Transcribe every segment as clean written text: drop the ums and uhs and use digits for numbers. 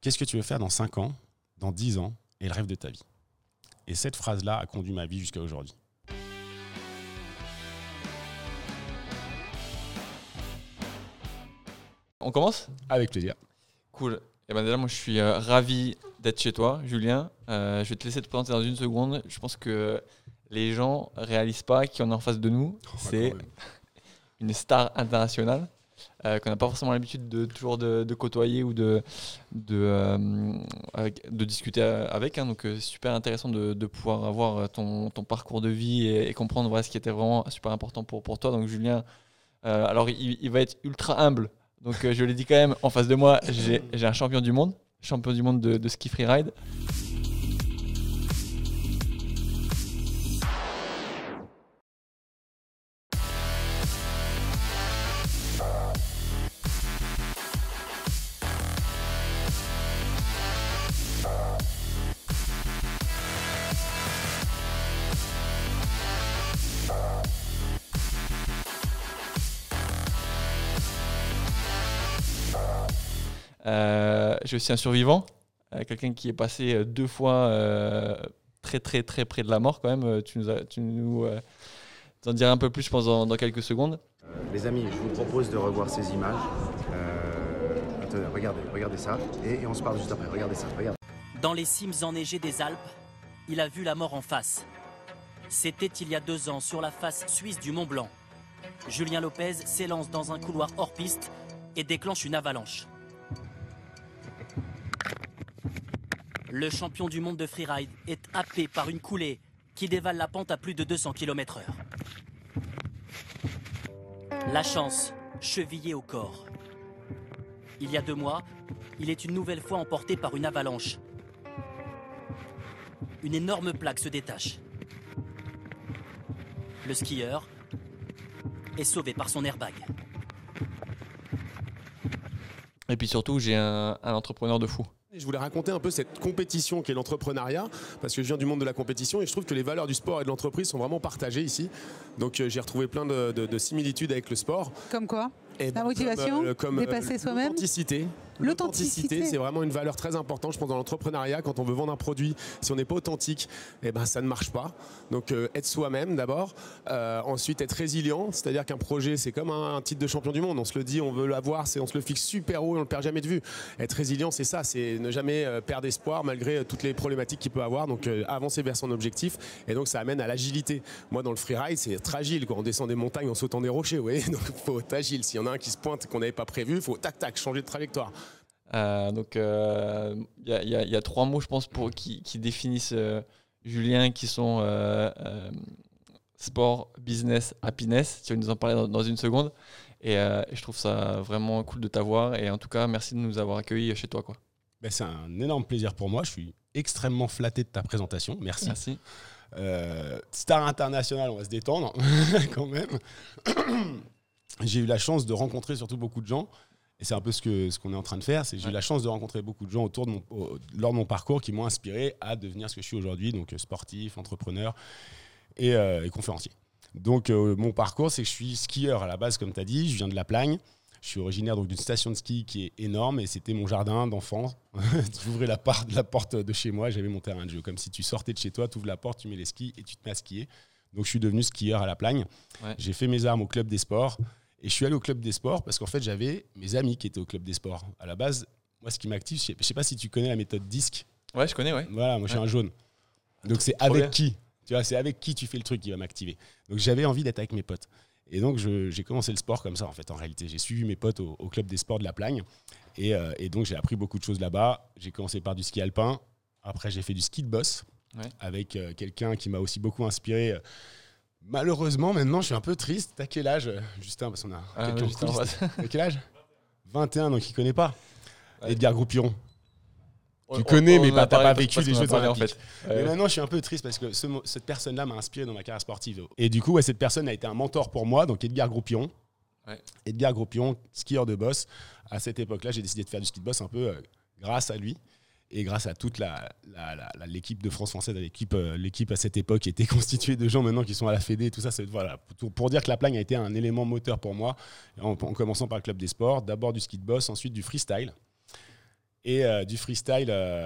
qu'est-ce que tu veux faire dans 5 ans, dans 10 ans, et le rêve de ta vie. Et cette phrase-là a conduit ma vie jusqu'à aujourd'hui. On commence ? Avec plaisir. Cool. Et ben déjà, moi, je suis ravi d'être chez toi, Julien. Je vais te laisser te présenter dans une seconde. Je pense que les gens ne réalisent pas qui on a en face de nous. C'est une star internationale qu'on n'a pas forcément l'habitude de toujours de côtoyer ou de discuter avec. Donc, c'est super intéressant de pouvoir avoir ton parcours de vie et comprendre ce qui était vraiment super important pour toi. Donc, Julien, alors, il va être ultra humble. Donc, je l'ai dit quand même, en face de moi, j'ai un champion du monde de ski freeride. Je suis un survivant, quelqu'un qui est passé 2 fois très très très près de la mort quand même. Tu nous en diras un peu plus, je pense, dans quelques secondes. Les amis, je vous propose de revoir ces images. Attendez, regardez ça. Et on se parle juste après. Regardez ça, regardez. Dans les cimes enneigées des Alpes, il a vu la mort en face. C'était il y a 2 ans, sur la face suisse du Mont Blanc. Julien Lopez s'élance dans un couloir hors piste et déclenche une avalanche. Le champion du monde de freeride est happé par une coulée qui dévale la pente à plus de 200 km/h. La chance, chevillée au corps. Il y a 2 mois, il est une nouvelle fois emporté par une avalanche. Une énorme plaque se détache. Le skieur est sauvé par son airbag. Et puis surtout, j'ai un entrepreneur de fou. Je voulais raconter un peu cette compétition qu'est l'entrepreneuriat, parce que je viens du monde de la compétition et je trouve que les valeurs du sport et de l'entreprise sont vraiment partagées ici. Donc j'ai retrouvé plein de similitudes avec le sport. Comme quoi ? Et la motivation, comme dépasser soi-même. L'authenticité, c'est vraiment une valeur très importante, je pense, dans l'entrepreneuriat. Quand on veut vendre un produit, si on n'est pas authentique, ça ne marche pas. Donc être soi-même d'abord. Ensuite, être résilient, c'est-à-dire qu'un projet, c'est comme un titre de champion du monde. On se le dit, on veut l'avoir, on se le fixe super haut et on ne le perd jamais de vue. Être résilient, c'est ça, c'est ne jamais perdre espoir malgré toutes les problématiques qu'il peut avoir. Donc avancer vers son objectif. Et donc ça amène à l'agilité. Moi, dans le freeride, c'est être agile. Quand on descend des montagnes en sautant des rochers, vous voyez. Donc il faut être agile. S'il y en a un qui se pointe et qu'on n'avait pas prévu, il faut tac, changer de trajectoire. Donc il y a 3 mots, je pense, qui définissent Julien, qui sont sport, business, happiness. Tu vas nous en parler dans une seconde. Et je trouve ça vraiment cool de t'avoir. Et en tout cas, merci de nous avoir accueillis chez toi, quoi. C'est un énorme plaisir pour moi. Je suis extrêmement flatté de ta présentation. Merci. Star international, on va se détendre quand même. J'ai eu la chance de rencontrer surtout beaucoup de gens. Et c'est un peu ce qu'on est en train de faire. J'ai eu la chance de rencontrer beaucoup de gens lors de mon parcours qui m'ont inspiré à devenir ce que je suis aujourd'hui, donc sportif, entrepreneur et conférencier. Donc mon parcours, c'est que je suis skieur à la base, comme tu as dit. Je viens de La Plagne. Je suis originaire donc, d'une station de ski qui est énorme et c'était mon jardin d'enfant. J'ouvrais la porte de chez moi, j'avais mon terrain de jeu. Comme si tu sortais de chez toi, tu ouvres la porte, tu mets les skis et tu te mets à skier. Donc je suis devenu skieur à La Plagne. Ouais. J'ai fait mes armes au club des sports. Et je suis allé au club des sports parce qu'en fait, j'avais mes amis qui étaient au club des sports. À la base, moi, ce qui m'active, je ne sais pas si tu connais la méthode DISC. Ouais, je connais, ouais. Voilà, moi, je suis un jaune. Donc, c'est avec qui ? Tu vois, c'est avec qui tu fais le truc qui va m'activer. Donc, j'avais envie d'être avec mes potes. Et donc, j'ai commencé le sport comme ça, en fait, en réalité. J'ai suivi mes potes au club des sports de La Plagne. Et donc, j'ai appris beaucoup de choses là-bas. J'ai commencé par du ski alpin. Après, j'ai fait du ski de boss avec quelqu'un qui m'a aussi beaucoup inspiré. Malheureusement, maintenant, je suis un peu triste. T'as quel âge, Justin ? Parce qu'on a quelqu'un en coulisses. T'as quel âge ? 21, donc il ne connaît pas. Edgar Groupiron. Tu connais, mais t'as pas vécu les Jeux olympiques. En fait. Mais maintenant, je suis un peu triste parce que cette personne-là m'a inspiré dans ma carrière sportive. Et du coup, cette personne a été un mentor pour moi, donc Edgar Groupiron. Edgar Groupiron, skieur de boss. À cette époque-là, j'ai décidé de faire du ski de boss un peu grâce à lui. Et grâce à toute l'équipe de France française, l'équipe à cette époque était constituée de gens maintenant qui sont à la Fédé et tout ça, voilà, pour dire que La Plagne a été un élément moteur pour moi, en commençant par le club des sports, d'abord du ski de boss, ensuite du freestyle. Et du freestyle,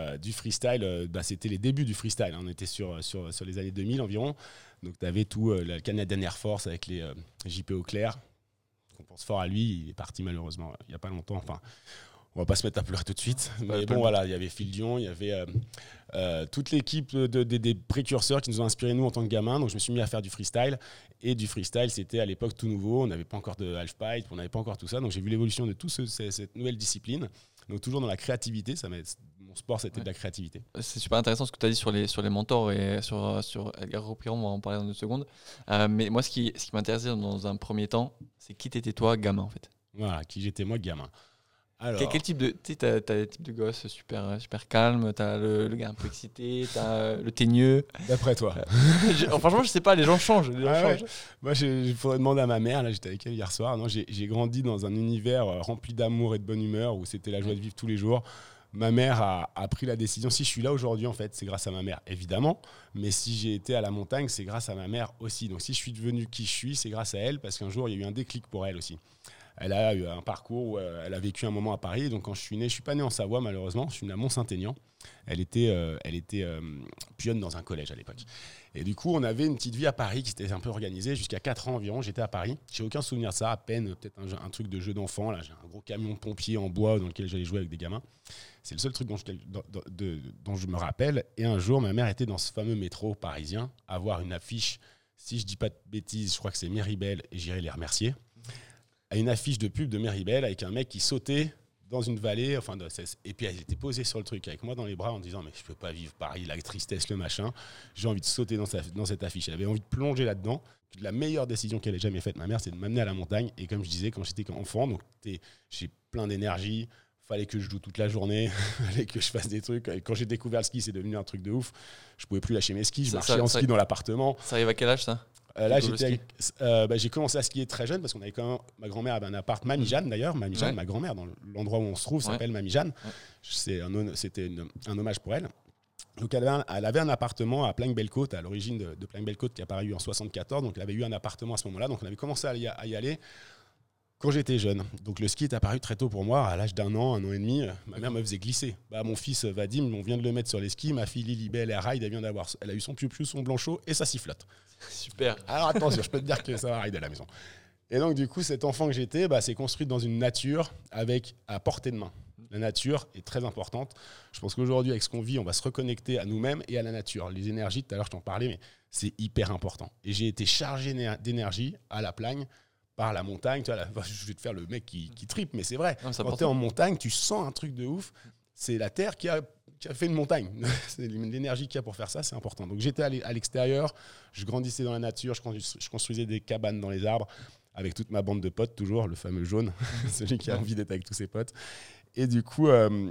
c'était les débuts du freestyle. On était sur les années 2000 environ. Donc, tu avais tout le Canadian Air Force avec les JP Auclair. On pense fort à lui. Il est parti malheureusement il n'y a pas longtemps. Enfin, on va pas se mettre à pleurer tout de suite. Mais bon, voilà, il y avait Phil Dion, il y avait toute l'équipe des précurseurs qui nous ont inspiré, nous, en tant que gamins. Donc, je me suis mis à faire du freestyle. Et du freestyle, c'était à l'époque tout nouveau. On n'avait pas encore de halfpipe, on n'avait pas encore tout ça. Donc, j'ai vu l'évolution de toute cette nouvelle discipline. Donc, toujours dans la créativité. Mon sport, c'était de la créativité. C'est super intéressant ce que tu as dit sur les mentors et sur Edgar Ropiron, on va en parler dans une seconde. Mais moi, ce qui m'intéressait dans un premier temps, c'est qui t'étais toi, gamin, en fait. Voilà, qui j'étais moi, gamin. Alors, quel type de... Tu sais, t'as des types de gosses super calmes, t'as le gars un peu excité, t'as le teigneux. D'après toi. Franchement, je sais pas, les gens changent. Ouais. Moi, il faudrait demander à ma mère, là, j'étais avec elle hier soir. Non, j'ai grandi dans un univers rempli d'amour et de bonne humeur, où c'était la joie de vivre tous les jours. Ma mère a pris la décision. Si je suis là aujourd'hui, en fait, c'est grâce à ma mère, évidemment. Mais si j'ai été à la montagne, c'est grâce à ma mère aussi. Donc, si je suis devenu qui je suis, c'est grâce à elle, parce qu'un jour, il y a eu un déclic pour elle aussi. Elle a eu un parcours où elle a vécu un moment à Paris. Donc, quand je suis né, je ne suis pas né en Savoie, malheureusement. Je suis né à Mont-Saint-Aignan. Elle était pionne dans un collège à l'époque. Et du coup, on avait une petite vie à Paris qui s'était un peu organisée. Jusqu'à 4 ans environ, j'étais à Paris. J'ai aucun souvenir de ça, à peine peut-être un truc de jeu d'enfant. Là, j'ai un gros camion de pompier en bois dans lequel j'allais jouer avec des gamins. C'est le seul truc dont je me rappelle. Et un jour, ma mère était dans ce fameux métro parisien à voir une affiche. Si je ne dis pas de bêtises, je crois que c'est Méribel et j'irai les remercier. À une affiche de pub de Méribel avec un mec qui sautait dans une vallée, et puis elle était posée sur le truc avec moi dans les bras en disant mais je peux pas vivre Paris, la tristesse, le machin, j'ai envie de sauter dans cette affiche. Elle avait envie de plonger là-dedans. La meilleure décision qu'elle ait jamais faite, ma mère, c'est de m'amener à la montagne. Et comme je disais, quand j'étais enfant, donc j'ai plein d'énergie, fallait que je joue toute la journée, fallait que je fasse des trucs. Et quand j'ai découvert le ski, c'est devenu un truc de ouf. Je pouvais plus lâcher mes skis, je marchais en ski dans l'appartement. Ça arrive à quel âge ça? Là, j'ai commencé à skier très jeune parce qu'on avait quand même, ma grand-mère avait un appart, Mamie Jeanne d'ailleurs, Mamie Jeanne, ma grand-mère, dans l'endroit où on se trouve, s'appelle Mamie Jeanne. C'était un hommage pour elle. Donc elle avait un appartement à Plagne-Belle-Côte, à l'origine de Plagne-Belle-Côte, qui a apparu en 74. Donc elle avait eu un appartement à ce moment-là. Donc on avait commencé à y aller quand j'étais jeune. Donc le ski est apparu très tôt pour moi. À l'âge d'un an et demi, ma mère me faisait glisser. Mon fils Vadim, on vient de le mettre sur les skis. Ma fille Lilibelle, elle a eu son piou-piou, son blanchot et sa sifflotte. Super. Alors attention, je peux te dire que ça va arriver à la maison. Et donc du coup, cet enfant que j'étais, s'est construit dans une nature à portée de main. La nature est très importante. Je pense qu'aujourd'hui, avec ce qu'on vit, on va se reconnecter à nous-mêmes et à la nature. Les énergies, tout à l'heure, je t'en parlais, mais c'est hyper important. Et j'ai été chargé d'énergie à la Plagne par la montagne. Tu vois, je vais te faire le mec qui tripe, mais c'est vrai. Non, quand tu es en montagne, tu sens un truc de ouf. C'est la terre qui a fait une montagne. C'est l'énergie qu'il y a pour faire ça, c'est important. Donc j'étais à l'extérieur, je grandissais dans la nature, je construisais des cabanes dans les arbres avec toute ma bande de potes, toujours, le fameux jaune, celui qui a envie d'être avec tous ses potes. Et du coup,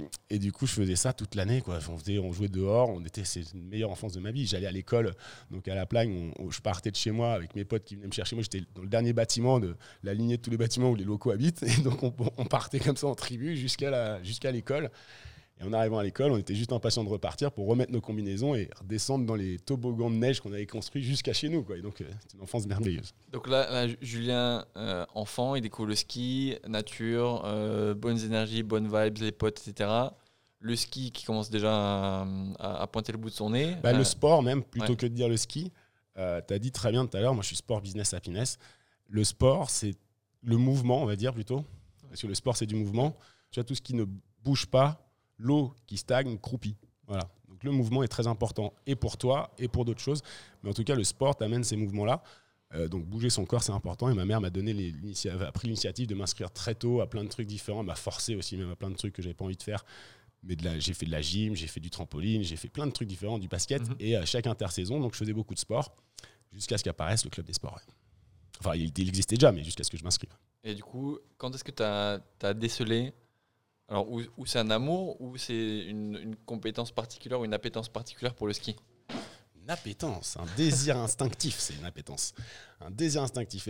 je faisais ça toute l'année, quoi. On jouait dehors, c'est une meilleure enfance de ma vie. J'allais à l'école, donc à la Plagne, je partais de chez moi avec mes potes qui venaient me chercher. Moi, j'étais dans le dernier bâtiment de la lignée de tous les bâtiments où les locaux habitent. Et donc, on partait comme ça en tribu jusqu'à l'école. Et en arrivant à l'école, on était juste impatients de repartir pour remettre nos combinaisons et redescendre dans les toboggans de neige qu'on avait construits jusqu'à chez nous, quoi. Et donc, c'est une enfance merveilleuse. Donc là Julien, enfant, il découvre le ski, nature, bonnes énergies, bonnes vibes, les potes, etc. Le ski qui commence déjà à pointer le bout de son nez. Le sport même, plutôt que de dire le ski. Tu as dit très bien tout à l'heure, moi je suis sport, business, happiness. Le sport, c'est le mouvement, on va dire plutôt. Parce que le sport, c'est du mouvement. Tu as tout ce qui ne bouge pas. L'eau qui stagne croupit. Voilà. Donc le mouvement est très important, et pour toi, et pour d'autres choses. Mais en tout cas, le sport t'amène ces mouvements-là. Donc bouger son corps, c'est important. Et ma mère a pris l'initiative de m'inscrire très tôt à plein de trucs différents. Elle m'a forcé aussi même à plein de trucs que j'avais pas envie de faire. Mais j'ai fait de la gym, j'ai fait du trampoline, j'ai fait plein de trucs différents, du basket. Et à chaque intersaison, donc je faisais beaucoup de sport, jusqu'à ce qu'apparaisse le club des sports. Enfin, il existait déjà, mais jusqu'à ce que je m'inscrive. Et du coup, quand est-ce que tu as décelé, alors où c'est un amour, ou c'est une compétence particulière ou une appétence particulière pour le ski? Une appétence, un désir instinctif, c'est une appétence. Un désir instinctif. Et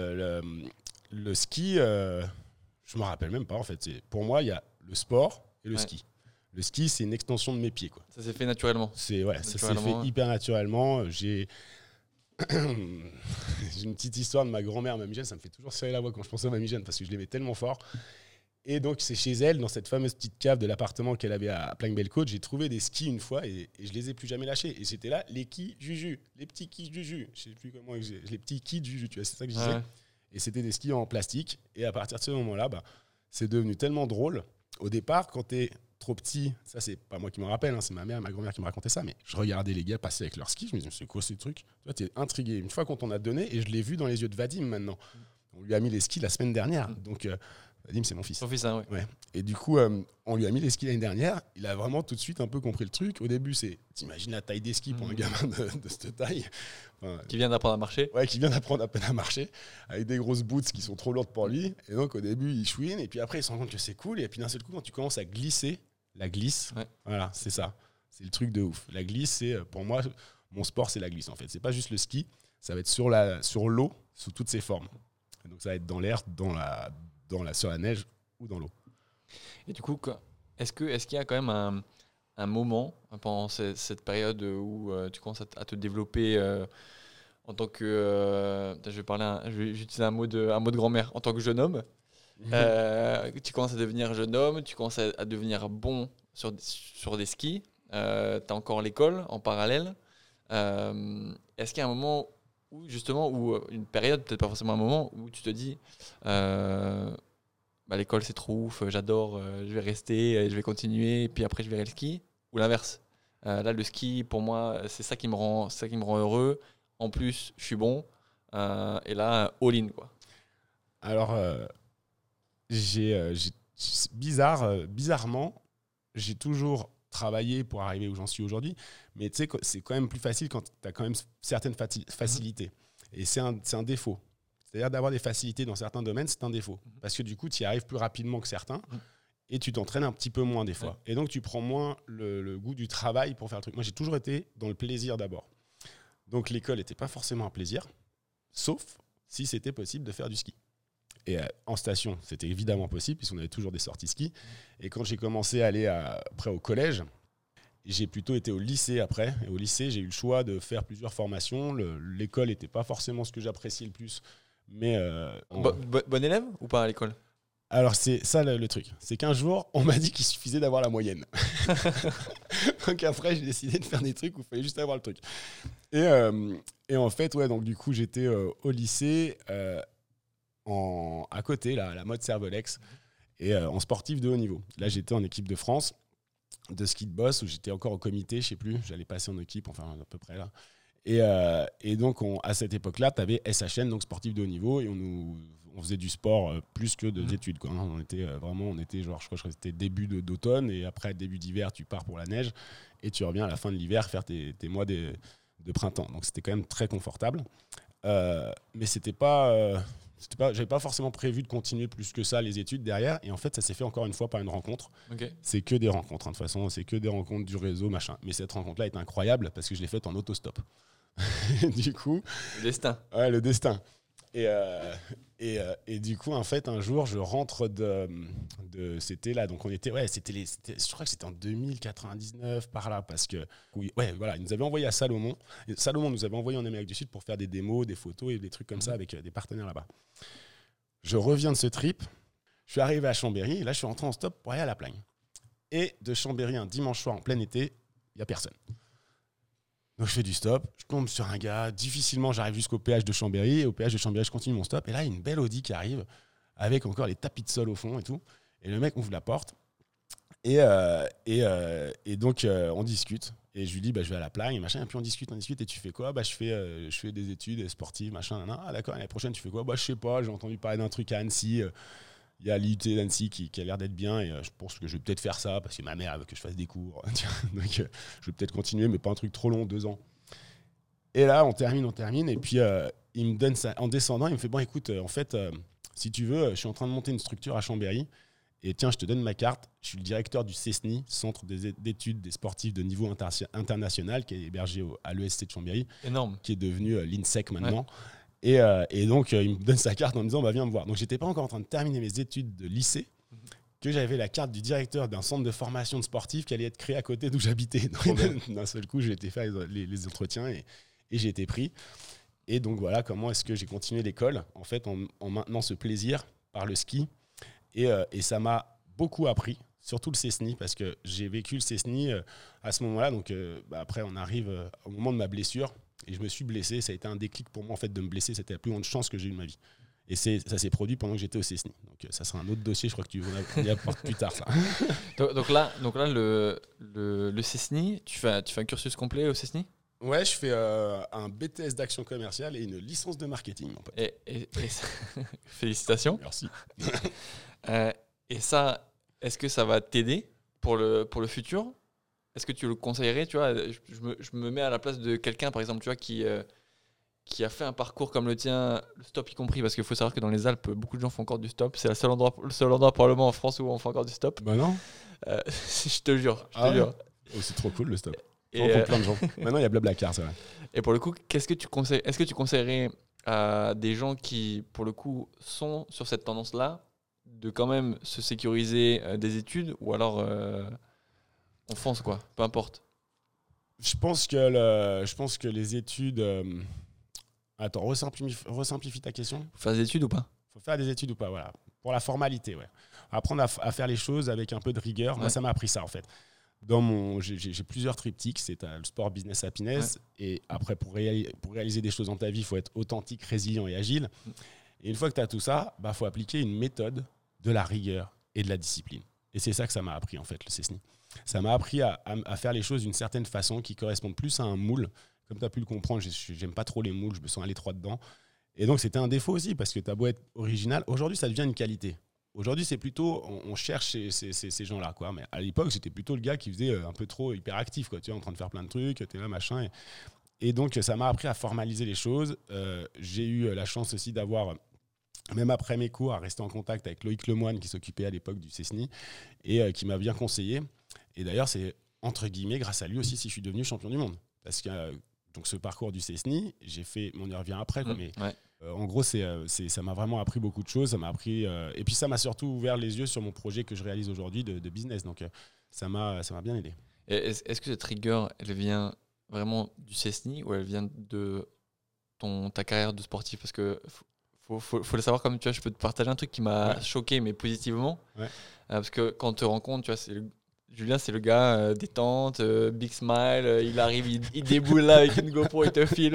le ski, je me rappelle même pas en fait. Pour moi, il y a le sport et le ski. Le ski, c'est une extension de mes pieds, quoi. Ça s'est fait naturellement. Ça s'est fait hyper naturellement. J'ai une petite histoire de ma grand-mère, Mamie Jeanne. Ça me fait toujours serrer la voix quand je pense à Mamie Jeanne parce que je l'aimais tellement fort. Et donc, c'est chez elle, dans cette fameuse petite cave de l'appartement qu'elle avait à Plagne-Belle-Côte, j'ai trouvé des skis une fois et je les ai plus jamais lâchés. Et c'était là, les quis Juju, les petits quis Juju. Je sais plus comment, les petits quis Juju, tu vois, c'est ça que je disais. Ouais. Et c'était des skis en plastique. Et à partir de ce moment-là, c'est devenu tellement drôle. Au départ, quand t'es trop petit, ça, c'est pas moi qui m'en rappelle, hein, c'est ma mère et ma grand-mère qui me racontaient ça, mais je regardais les gars passer avec leurs skis, je me disais, c'est quoi ces trucs? Tu vois, t'es intrigué. Une fois qu'on t'en a donné, et je l'ai vu dans les yeux de Vadim maintenant. On lui a mis les skis la semaine dernière. Donc, Vadim, c'est mon fils. Ton fils, hein, Ouais. Et du coup, on lui a mis les skis l'année dernière. Il a vraiment tout de suite un peu compris le truc. Au début, t'imagines la taille des skis pour un gamin de cette taille. Enfin, qui vient d'apprendre à marcher. Ouais, qui vient d'apprendre à peine à marcher, avec des grosses boots qui sont trop lourdes pour lui. Et donc, au début, il chouine. Et puis après, il se rend compte que c'est cool. Et puis d'un seul coup, quand tu commences à glisser, la glisse, voilà, c'est ça. C'est le truc de ouf. La glisse, c'est pour moi, mon sport, c'est la glisse en fait. C'est pas juste le ski. Ça va être sur l'eau, sous toutes ses formes. Et donc, ça va être dans l'air, sur la neige ou dans l'eau. Et du coup, est-ce qu'il y a quand même un moment pendant cette période où tu commences à te développer en tant que... je vais utiliser un mot de grand-mère. En tant que jeune homme, tu commences à devenir jeune homme, tu commences à devenir bon sur des skis. Tu as encore l'école en parallèle. Est-ce qu'il y a un moment où, justement, ou une période, peut-être pas forcément un moment, où tu te dis... l'école c'est trop ouf, j'adore, je vais rester, je vais continuer, et puis après je verrai le ski, ou l'inverse. Là, le ski, pour moi, c'est ça qui me rend heureux. En plus, je suis bon, et là, all-in, quoi. Alors, bizarrement, j'ai toujours travaillé pour arriver où j'en suis aujourd'hui, mais tu sais, c'est quand même plus facile quand tu as quand même certaines facilités. Et c'est un défaut. C'est-à-dire d'avoir des facilités dans certains domaines, c'est un défaut. Parce que du coup, tu y arrives plus rapidement que certains et tu t'entraînes un petit peu moins des fois. Et donc, tu prends moins le goût du travail pour faire le truc. Moi, j'ai toujours été dans le plaisir d'abord. Donc, l'école n'était pas forcément un plaisir, sauf si c'était possible de faire du ski. Et en station, c'était évidemment possible puisqu'on avait toujours des sorties ski. Et quand j'ai commencé à aller après au collège, j'ai plutôt été au lycée après. Et au lycée, j'ai eu le choix de faire plusieurs formations. L'école n'était pas forcément ce que j'appréciais le plus. Mais bon élève ou pas à l'école? Alors c'est ça le truc, c'est qu'un jour on m'a dit qu'il suffisait d'avoir la moyenne. Donc après j'ai décidé de faire des trucs où il fallait juste avoir le truc. Et en fait donc du coup j'étais au lycée à côté là, à la mode Cervelex et en sportif de haut niveau. Là j'étais en équipe de France de ski de boss où j'étais encore au comité, je sais plus, j'allais passer en équipe, enfin à peu près là. Et donc, à cette époque-là, tu avais SHN, donc sportif de haut niveau, et on faisait du sport plus que des études, quoi. On était genre, je crois que c'était début d'automne, et après, début d'hiver, tu pars pour la neige, et tu reviens à la fin de l'hiver faire tes mois de printemps. Donc, c'était quand même très confortable. Mais j'avais pas forcément prévu de continuer plus que ça les études derrière, et en fait, ça s'est fait encore une fois par une rencontre. Okay. C'est que des rencontres, hein, de toute façon, c'est que des rencontres du réseau, machin. Mais cette rencontre-là est incroyable parce que je l'ai faite en autostop. Du coup, le destin. Ouais, le destin. Et du coup, en fait, un jour, je rentre c'était là, donc on était, je crois que c'était en 2099 par là, parce que, ils nous avaient envoyé à Salomon. Et Salomon nous avait envoyé en Amérique du Sud pour faire des démos, des photos et des trucs comme ça avec des partenaires là-bas. Je reviens de ce trip, je suis arrivé à Chambéry, et là, je suis rentré en stop pour aller à La Plagne. Et de Chambéry, un dimanche soir en plein été, il n'y a personne. Donc je fais du stop, je tombe sur un gars, difficilement j'arrive jusqu'au péage de Chambéry, et au péage de Chambéry je continue mon stop, et là il y a une belle Audi qui arrive, avec encore les tapis de sol au fond et tout, et le mec ouvre la porte, et donc on discute, et je lui dis je vais à La Plagne, machin, et puis on discute, et tu fais quoi? Je fais des études sportives, machin, ah d'accord, l'année prochaine tu fais quoi? Je sais pas, j'ai entendu parler d'un truc à Annecy, il y a l'IUT d'Annecy qui a l'air d'être bien, et je pense que je vais peut-être faire ça parce que ma mère veut que je fasse des cours. Donc je vais peut-être continuer, mais pas un truc trop long, 2 ans. Et là, on termine, et puis il me donne ça en descendant. Il me fait bon, écoute, en fait, si tu veux, je suis en train de monter une structure à Chambéry, et tiens, je te donne ma carte. Je suis le directeur du CESNI, Centre d'études des sportifs de niveau international, qui est hébergé à l'ESC de Chambéry, énorme, qui est devenu l'INSEC maintenant. Ouais. Et donc, il me donne sa carte en me disant viens me voir. Donc, j'étais pas encore en train de terminer mes études de lycée, que j'avais la carte du directeur d'un centre de formation de sportifs qui allait être créé à côté d'où j'habitais. Donc, d'un seul coup, j'ai été faire les entretiens et j'ai été pris. Et donc, voilà comment est-ce que j'ai continué l'école, en fait, en maintenant ce plaisir par le ski Et ça m'a beaucoup appris, surtout le Cessny, parce que j'ai vécu le Cessny à ce moment-là. Donc après, on arrive au moment de ma blessure et je me suis blessé. Ça a été un déclic pour moi en fait de me blesser. C'était la plus grande chance que j'ai eue de ma vie. Et ça s'est produit pendant que j'étais au Cessny. Donc ça sera un autre dossier, je crois que tu y apportes plus tard ça. Donc là le Cessny, tu fais un cursus complet au Cessny ? Ouais, je fais un BTS d'action commerciale et une licence de marketing, mon pote. Et félicitations. Merci. Et ça, est-ce que ça va t'aider pour le futur ? Est-ce que tu le conseillerais ? Tu vois, je me mets à la place de quelqu'un, par exemple, tu vois, qui a fait un parcours comme le tien, le stop y compris, parce qu'il faut savoir que dans les Alpes, beaucoup de gens font encore du stop. C'est le seul endroit probablement en France où on fait encore du stop. Bah non. Je te jure. Ouais. Oh, c'est trop cool le stop. Et pour plein de gens. Maintenant, il y a Blablacar, c'est vrai. Et pour le coup, est-ce que tu conseillerais à des gens qui, pour le coup, sont sur cette tendance-là, de quand même se sécuriser des études, ou alors on fonce, quoi, peu importe? Je pense que les études... Attends, resimplifie ta question. Faut faire des études ou pas? Faut faire des études ou pas, voilà. Pour la formalité, ouais. Apprendre à faire les choses avec un peu de rigueur. Ouais. Moi, ça m'a appris ça, en fait. J'ai plusieurs triptyques. C'est le sport, business, happiness. Ouais. Et après, pour réaliser des choses dans ta vie, il faut être authentique, résilient et agile. Et une fois que tu as tout ça, il faut appliquer une méthode, de la rigueur et de la discipline. Et c'est ça que ça m'a appris, en fait, le Cessny. Ça m'a appris à faire les choses d'une certaine façon qui correspondent plus à un moule. Comme tu as pu le comprendre, j'aime pas trop les moules, je me sens à l'étroit dedans. Et donc, c'était un défaut aussi, parce que tu as beau être original. Aujourd'hui, ça devient une qualité. Aujourd'hui, c'est plutôt, on cherche ces gens-là, quoi. Mais à l'époque, c'était plutôt le gars qui faisait un peu trop hyperactif, quoi. Tu es en train de faire plein de trucs, tu es là, machin. Et donc, ça m'a appris à formaliser les choses. J'ai eu la chance aussi d'avoir, même après mes cours, à rester en contact avec Loïc Lemoine, qui s'occupait à l'époque du Cessny, et qui m'a bien conseillé. Et d'ailleurs, c'est entre guillemets, grâce à lui aussi, si je suis devenu champion du monde. Parce que donc ce parcours du Cessny, j'ai fait, on y revient après, quoi, mais ouais. En gros, ça m'a vraiment appris beaucoup de choses. Ça m'a appris, et puis ça m'a surtout ouvert les yeux sur mon projet que je réalise aujourd'hui de business. Donc ça m'a bien aidé. Et est-ce que cette rigueur, elle vient vraiment du Cessny ou elle vient de ta carrière de sportif? Parce que faut le savoir, comme tu vois, je peux te partager un truc qui m'a choqué, mais positivement. Ouais. Parce que quand on te rencontre, tu vois, Julien, c'est le gars détente, big smile, il arrive, il déboule là avec une GoPro, il te filme,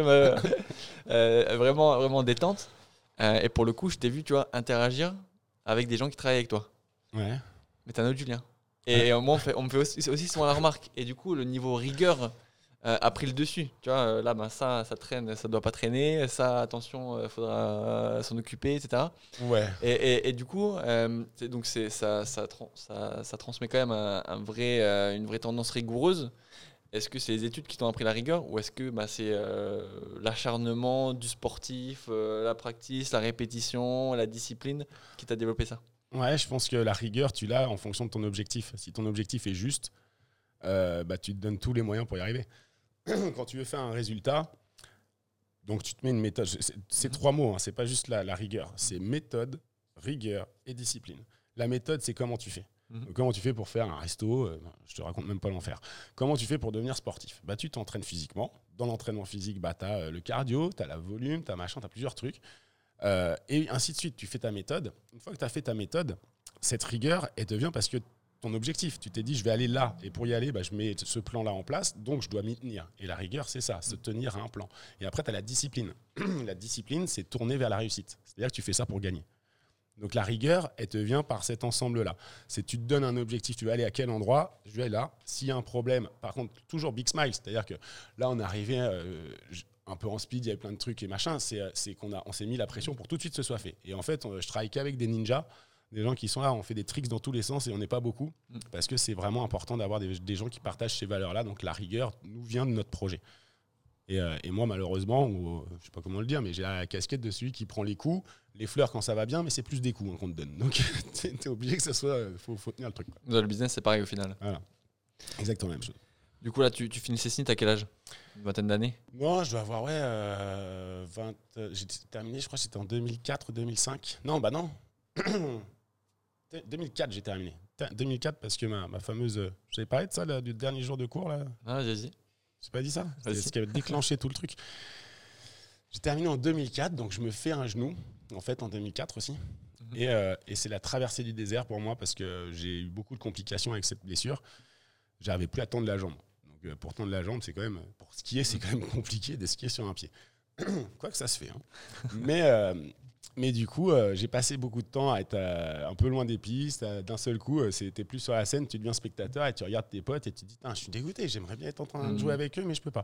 vraiment, vraiment détente. Et pour le coup, je t'ai vu, tu vois, interagir avec des gens qui travaillent avec toi. Ouais. Mais t'es un autre Julien. Et moi, on me fait aussi souvent la remarque. Et du coup, le niveau rigueur a pris le dessus. Tu vois, là, ça traîne, ça doit pas traîner. Ça, attention, faudra s'en occuper, etc. Ouais. Et du coup, donc ça transmet quand même une vraie tendance rigoureuse. Est-ce que c'est les études qui t'ont appris la rigueur, ou est-ce que c'est l'acharnement du sportif, la practice, la répétition, la discipline qui t'a développé ça? Ouais, je pense que la rigueur, tu l'as en fonction de ton objectif. Si ton objectif est juste, tu te donnes tous les moyens pour y arriver. Quand tu veux faire un résultat, donc tu te mets une méthode. C'est 3 mots, hein, c'est pas juste la rigueur. C'est méthode, rigueur et discipline. La méthode, c'est comment tu fais. Donc, comment tu fais pour faire un resto, je te raconte même pas l'enfer. Comment tu fais pour devenir sportif? Tu t'entraînes physiquement. Dans l'entraînement physique, tu as le cardio, tu as la volume, tu as machin, tu as plusieurs trucs. Et ainsi de suite, tu fais ta méthode. Une fois que tu as fait ta méthode, cette rigueur, elle te vient parce que ton objectif, tu t'es dit je vais aller là, et pour y aller, je mets ce plan-là en place, donc je dois m'y tenir. Et la rigueur, c'est ça, se tenir à un plan. Et après, tu as la discipline. La discipline, c'est tourner vers la réussite. C'est-à-dire que tu fais ça pour gagner. Donc la rigueur, elle te vient par cet ensemble-là. C'est tu te donnes un objectif, tu vas aller à quel endroit, je vais aller là. S'il y a un problème, par contre, toujours big smile, c'est-à-dire que là, on est arrivé un peu en speed, il y avait plein de trucs et machin, c'est qu'on s'est mis la pression pour tout de suite ce soit fait. Et en fait, je travaille qu'avec des ninjas, des gens qui sont là, on fait des tricks dans tous les sens et on n'est pas beaucoup, parce que c'est vraiment important d'avoir des gens qui partagent ces valeurs-là. Donc la rigueur nous vient de notre projet. Et moi, malheureusement, je ne sais pas comment le dire, mais j'ai la casquette de celui qui prend les coups, les fleurs quand ça va bien, mais c'est plus des coups qu'on te donne. Donc tu es obligé que ça soit, faut tenir le truc, quoi. Dans le business, c'est pareil au final. Voilà, exactement la même chose. Du coup, là, tu finis le Cessny, t'as quel âge? Une vingtaine d'années? Non, je dois avoir, 20. J'ai terminé, je crois que c'était en 2004 ou 2005. Non, non. 2004, j'ai terminé. 2004, parce que ma fameuse. J'avais parlé de ça, là, du dernier jour de cours, là. Ah, vas-y. J'ai pas dit ça? C'est ce qui avait déclenché tout le truc. J'ai terminé en 2004, donc je me fais un genou, en fait, en 2004 aussi. Et c'est la traversée du désert pour moi parce que j'ai eu beaucoup de complications avec cette blessure. J'arrivais plus à tendre la jambe. Donc, pour tendre la jambe, c'est quand même, pour skier, c'est quand même compliqué de skier sur un pied. Quoi que ça se fait. Hein. Mais du coup, j'ai passé beaucoup de temps à être un peu loin des pistes. D'un seul coup, c'était plus sur la scène, tu deviens spectateur et tu regardes tes potes et tu te dis, je suis dégoûté, j'aimerais bien être en train de jouer avec eux, mais je peux pas.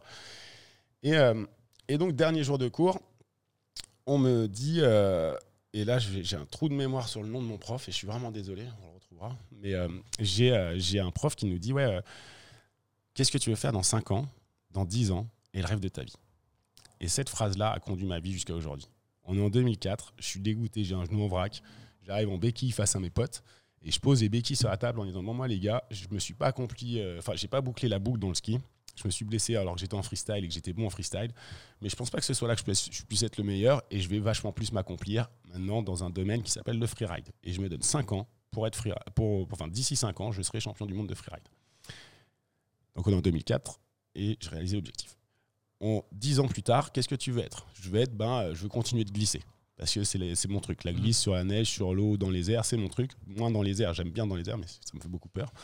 Et donc, dernier jour de cours, on me dit, et là j'ai un trou de mémoire sur le nom de mon prof et je suis vraiment désolé, on le retrouvera, mais j'ai un prof qui nous dit, qu'est-ce que tu veux faire dans 5 ans, dans 10 ans et le rêve de ta vie? Et cette phrase-là a conduit ma vie jusqu'à aujourd'hui. On est en 2004, je suis dégoûté, j'ai un genou en vrac, j'arrive en béquille face à mes potes et je pose les béquilles sur la table en disant, moi les gars, je me suis pas accompli, j'ai pas bouclé la boucle dans le ski. Je me suis blessé alors que j'étais en freestyle et que j'étais bon en freestyle. Mais je pense pas que ce soit là que je puisse être le meilleur et je vais vachement plus m'accomplir maintenant dans un domaine qui s'appelle le freeride. Et je me donne 5 ans pour être d'ici 5 ans, je serai champion du monde de freeride. Donc on est en 2004 et je réalisais l'objectif. 10 ans plus tard, qu'est-ce que tu veux être? Je veux continuer de glisser. Parce que c'est mon truc. La glisse sur la neige, sur l'eau, dans les airs, c'est mon truc. Moins dans les airs, j'aime bien dans les airs, mais ça me fait beaucoup peur.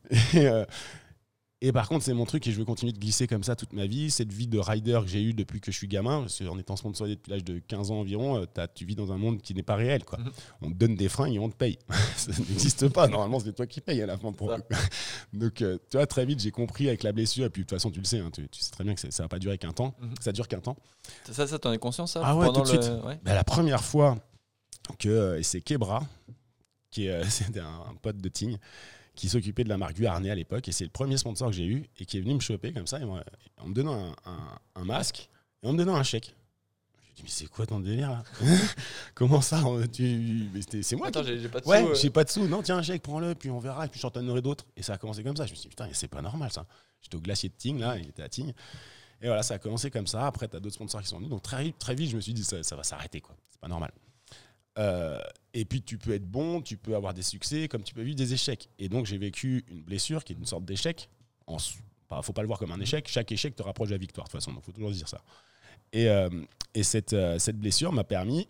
Et par contre, c'est mon truc et je veux continuer de glisser comme ça toute ma vie. Cette vie de rider que j'ai eue depuis que je suis gamin, parce qu'en étant sponsorisé depuis l'âge de 15 ans environ, tu vis dans un monde qui n'est pas réel. Quoi. On te donne des fringues et on te paye. Ça n'existe pas. Normalement, c'est toi qui payes à la fin. Donc, tu vois, très vite, j'ai compris avec la blessure. Et puis, de toute façon, tu le sais, hein, tu sais très bien que ça ne va pas durer qu'un temps. Ça dure qu'un temps. Ça t'en es conscient, ça? Ah ouais, tout de suite. La première fois que c'est Kebra, c'était un pote de Tignes, qui s'occupait de la marque Vuarnet à l'époque, et c'est le premier sponsor que j'ai eu, et qui est venu me choper comme ça, en me donnant un masque, et en me donnant un chèque. Je lui ai dit, mais c'est quoi ton délire là? Comment ça c'est moi. Attends, j'ai pas de sous. sous. J'ai pas de sous. Non, tiens, un chèque, prends-le, puis on verra, et puis j'en donnerai d'autres. Et ça a commencé comme ça. Je me suis dit, putain, c'est pas normal ça. J'étais au glacier de Tignes, là, il était à Tignes. Et voilà, ça a commencé comme ça. Après, tu as d'autres sponsors qui sont venus. Donc très vite, je me suis dit, ça va s'arrêter, quoi. C'est pas normal. Et puis tu peux être bon, tu peux avoir des succès, comme tu peux vivre des échecs. Et donc j'ai vécu une blessure qui est une sorte d'échec. Faut pas le voir comme un échec. Chaque échec te rapproche de la victoire, de toute façon. Donc faut toujours se dire ça. Et cette blessure m'a permis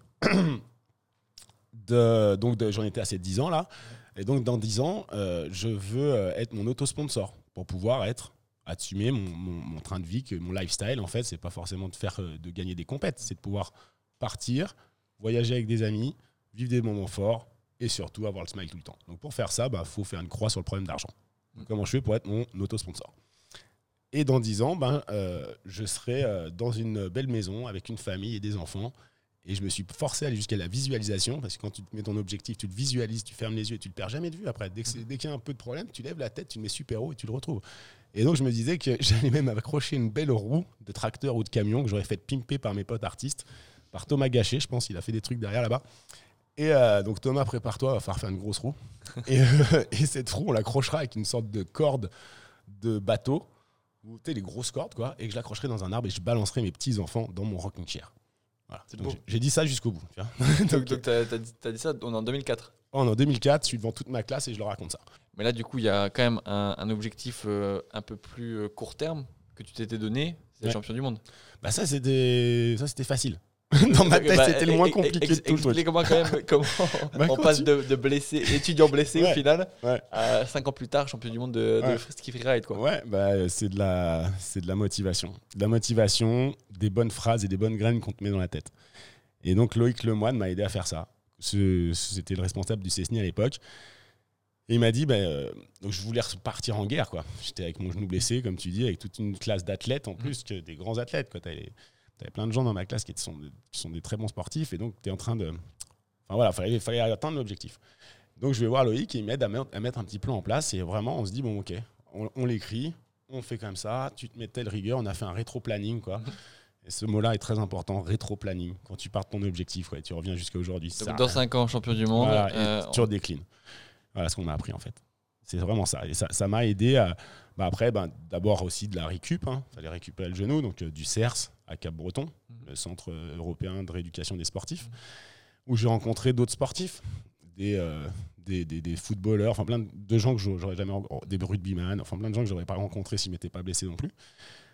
j'en étais à ces 10 ans là. Et donc dans 10 ans, je veux être mon auto-sponsor pour pouvoir assumer mon train de vie, mon lifestyle. En fait, c'est pas forcément de gagner des compètes, c'est de pouvoir partir, voyager avec des amis, vivre des moments forts et surtout avoir le smile tout le temps. Donc pour faire ça, faut faire une croix sur le problème d'argent. Donc, comment je fais pour être mon auto-sponsor? Et dans 10 ans, je serai dans une belle maison avec une famille et des enfants. Et je me suis forcé à aller jusqu'à la visualisation, parce que quand tu te mets ton objectif, tu le visualises, tu fermes les yeux et tu le perds jamais de vue. Après, dès qu'il y a un peu de problème, tu lèves la tête, tu le mets super haut et tu le retrouves. Et donc je me disais que j'allais même accrocher une belle roue de tracteur ou de camion que j'aurais fait pimper par mes potes artistes, par Thomas Gachet, je pense, il a fait des trucs derrière là-bas. Et donc Thomas, prépare-toi, va falloir faire une grosse roue. Et cette roue, on l'accrochera avec une sorte de corde de bateau, ou tu sais, les grosses cordes, quoi, et que je l'accrocherai dans un arbre et je balancerai mes petits-enfants dans mon rocking chair. Voilà. Donc, j'ai dit ça jusqu'au bout. Tu vois. donc t'as dit ça, on est en 2004. On est en 2004, je suis devant toute ma classe et je leur raconte ça. Mais là, du coup, il y a quand même un objectif un peu plus court terme que tu t'étais donné, c'est le champion du monde. Ça, c'était facile. Dans ma tête, c'était le moins compliqué de tout le truc. Explique-moi quand même comment on passe de blessé, étudiant blessé au final, à 5 ans plus tard, champion du monde de ski freeride. Quoi. Ouais, c'est de la motivation. De la motivation, des bonnes phrases et des bonnes graines qu'on te met dans la tête. Et donc Loïc Lemoine m'a aidé à faire ça. C'était le responsable du CESNI à l'époque. Et il m'a dit, donc je voulais repartir en guerre. Quoi. J'étais avec mon genou blessé, comme tu dis, avec toute une classe d'athlètes en plus, que des grands athlètes. T'avais plein de gens dans ma classe qui sont des très bons sportifs. Et donc, tu es en train de... Enfin voilà, il fallait atteindre l'objectif. Donc, je vais voir Loïc et il m'aide à mettre un petit plan en place. Et vraiment, on se dit, bon, OK, on l'écrit, on fait comme ça, tu te mets telle rigueur. On a fait un rétro-planning, quoi. Et ce mot-là est très important, rétro-planning. Quand tu pars de ton objectif, quoi, et tu reviens jusqu'à aujourd'hui. Donc, dans 5 ans, champion du monde. Voilà, tu redéclines. Voilà ce qu'on m'a appris, en fait. C'est vraiment ça. Et ça m'a aidé à... après, d'abord aussi de la récup. Il fallait récupérer le genou, donc du CERS à Cap-Breton, le Centre européen de rééducation des sportifs, où j'ai rencontré d'autres sportifs, des footballeurs, enfin plein de gens que j'aurais jamais rencontrés, des rugbyman, enfin plein de gens que j'aurais pas rencontrés s'ils m'étaient pas blessés non plus.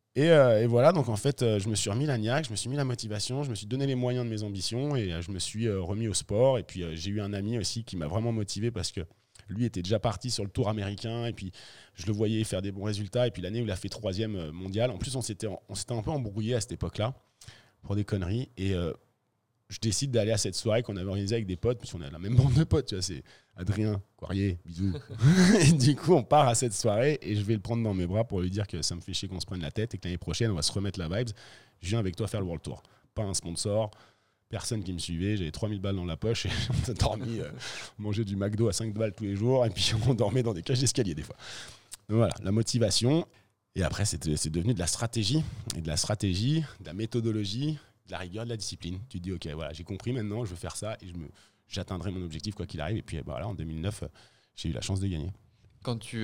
Et voilà, donc en fait, je me suis remis la niaque, je me suis mis la motivation, je me suis donné les moyens de mes ambitions et je me suis remis au sport. Et puis j'ai eu un ami aussi qui m'a vraiment motivé parce que lui était déjà parti sur le tour américain et puis je le voyais faire des bons résultats. Et puis l'année où il a fait 3e mondial, en plus on s'était un peu embrouillé à cette époque-là pour des conneries. Et je décide d'aller à cette soirée qu'on avait organisée avec des potes, parce qu'on a la même bande de potes, tu vois, c'est Adrien, Poirier, bisous. Et du coup, on part à cette soirée et je vais le prendre dans mes bras pour lui dire que ça me fait chier qu'on se prenne la tête et que l'année prochaine, on va se remettre la vibes. Je viens avec toi faire le World Tour. Pas un sponsor, personne qui me suivait, j'avais 3000 balles dans la poche et on a dormi, manger du McDo à 5 balles tous les jours et puis on dormait dans des cages d'escalier des fois. Donc voilà, la motivation. Et après, c'est devenu de la stratégie, et de la méthodologie, de la rigueur, de la discipline. Tu te dis, ok, voilà, j'ai compris maintenant, je veux faire ça et j'atteindrai mon objectif quoi qu'il arrive. Et puis voilà, en 2009, j'ai eu la chance de gagner. Quand tu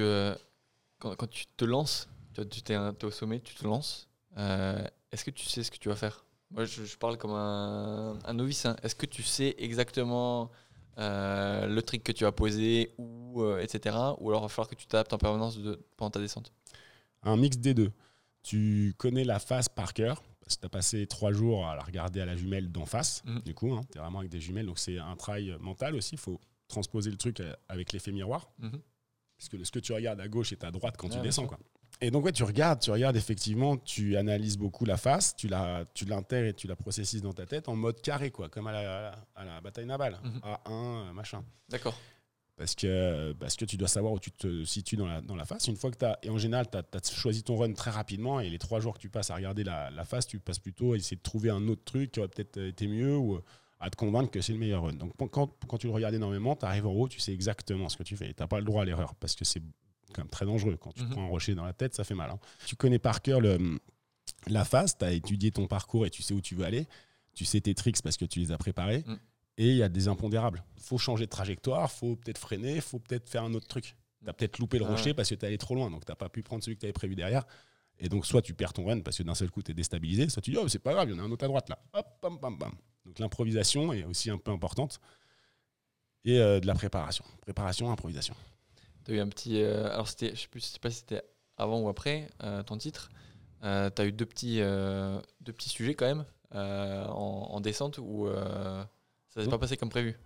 te lances, tu t'es au sommet, tu te lances, est-ce que tu sais ce que tu vas faire? Moi, je parle comme un novice. Hein. Est-ce que tu sais exactement le trick que tu vas poser, etc. Ou alors il va falloir que tu t'adaptes en permanence pendant ta descente? Un mix des deux. Tu connais la phase par cœur. Parce que tu as passé 3 jours à la regarder à la jumelle d'en face, du coup, tu es vraiment avec des jumelles, donc c'est un travail mental aussi, il faut transposer le truc avec l'effet miroir, puisque ce que tu regardes à gauche est à droite quand tu descends. Quoi. Et donc ouais, tu regardes effectivement, tu analyses beaucoup la face, tu l'intègres et tu la processes dans ta tête en mode carré, quoi, comme à la bataille navale, A1, machin. D'accord. Parce que tu dois savoir où tu te situes dans la face. Une fois que et en général, tu as choisi ton run très rapidement et les 3 jours que tu passes à regarder la face, tu passes plutôt à essayer de trouver un autre truc qui aurait peut-être été mieux ou à te convaincre que c'est le meilleur run. Donc quand tu le regardes énormément, tu arrives en haut, tu sais exactement ce que tu fais. Tu n'as pas le droit à l'erreur parce que c'est quand même très dangereux. Quand tu prends un rocher dans la tête, ça fait mal. Hein. Tu connais par cœur la face, tu as étudié ton parcours et tu sais où tu veux aller. Tu sais tes tricks parce que tu les as préparés. Et il y a des impondérables. Il faut changer de trajectoire, il faut peut-être freiner, il faut peut-être faire un autre truc. Tu as peut-être loupé le rocher parce que tu es allé trop loin, donc tu n'as pas pu prendre celui que tu avais prévu derrière. Et donc, soit tu perds ton run parce que d'un seul coup, tu es déstabilisé, soit tu dis, oh, c'est pas grave, il y en a un autre à droite là. Hop, bam, bam, bam. Donc, l'improvisation est aussi un peu importante. Et de la préparation. Préparation, improvisation. Tu as eu un petit. Alors, je ne sais pas si c'était avant ou après ton titre. Tu as eu deux petits sujets quand même en descente où. Ça s'est pas passé comme prévu.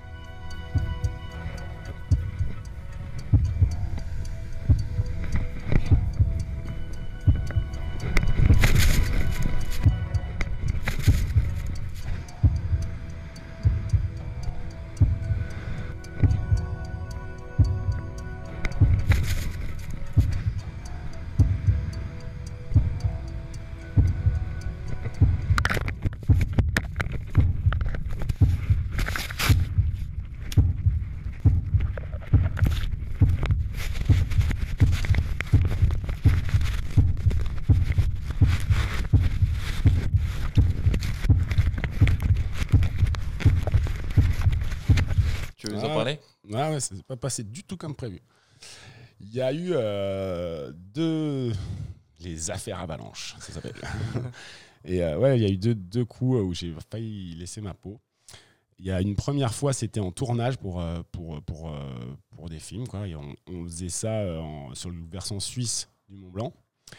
Tu veux nous en parler ? Ouais, ça s'est pas passé du tout comme prévu. Il y a eu les affaires Avalanche, ça s'appelle. Et ouais, il y a eu deux coups où j'ai failli laisser ma peau. Il y a une première fois, c'était en tournage pour des films, quoi. Et on faisait ça sur le versant suisse du Mont Blanc.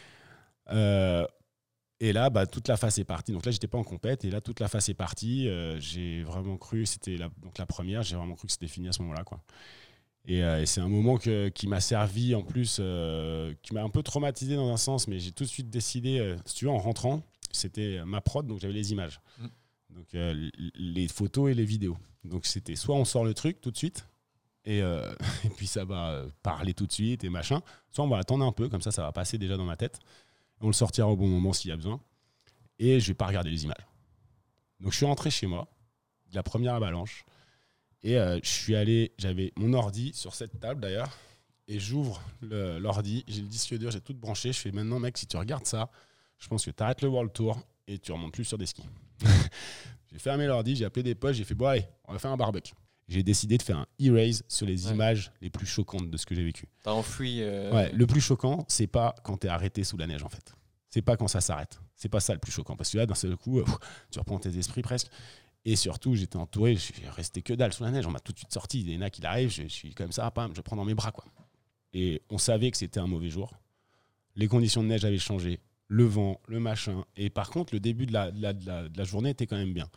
Et là, toute la face est partie. Donc là, j'étais pas en compète. Et là, toute la face est partie. J'ai vraiment cru, c'était la première, j'ai vraiment cru que c'était fini à ce moment-là, quoi. Et c'est un moment qui m'a servi en plus, qui m'a un peu traumatisé dans un sens, mais j'ai tout de suite décidé, si tu veux, en rentrant, c'était ma prod, donc j'avais les images. Donc les photos et les vidéos. Donc c'était soit on sort le truc tout de suite, et puis ça va parler tout de suite et machin, soit on va attendre un peu, comme ça va passer déjà dans ma tête. On le sortira au bon moment s'il y a besoin. Et je vais pas regarder les images. Donc je suis rentré chez moi, de la première avalanche. Et je suis allé, j'avais mon ordi sur cette table d'ailleurs. Et j'ouvre l'ordi, j'ai le disque dur, j'ai tout branché. Je fais maintenant, mec, si tu regardes ça, je pense que tu arrêtes le World Tour et tu remontes plus sur des skis. J'ai fermé l'ordi, j'ai appelé des potes, j'ai fait bon, allez, on va faire un barbecue. J'ai décidé de faire un erase sur les images les plus choquantes de ce que j'ai vécu. T'as enfoui. Ouais, le plus choquant, c'est pas quand t'es arrêté sous la neige en fait. C'est pas quand ça s'arrête. C'est pas ça le plus choquant. Parce que là, d'un seul coup, tu reprends tes esprits presque. Et surtout, j'étais entouré, je suis resté que dalle sous la neige. On m'a tout de suite sorti. Il y en a qui arrivent, je suis comme ça, pam, je prends dans mes bras, quoi. Et on savait que c'était un mauvais jour. Les conditions de neige avaient changé. le vent, le machin. Et par contre, le début de la journée était quand même bien.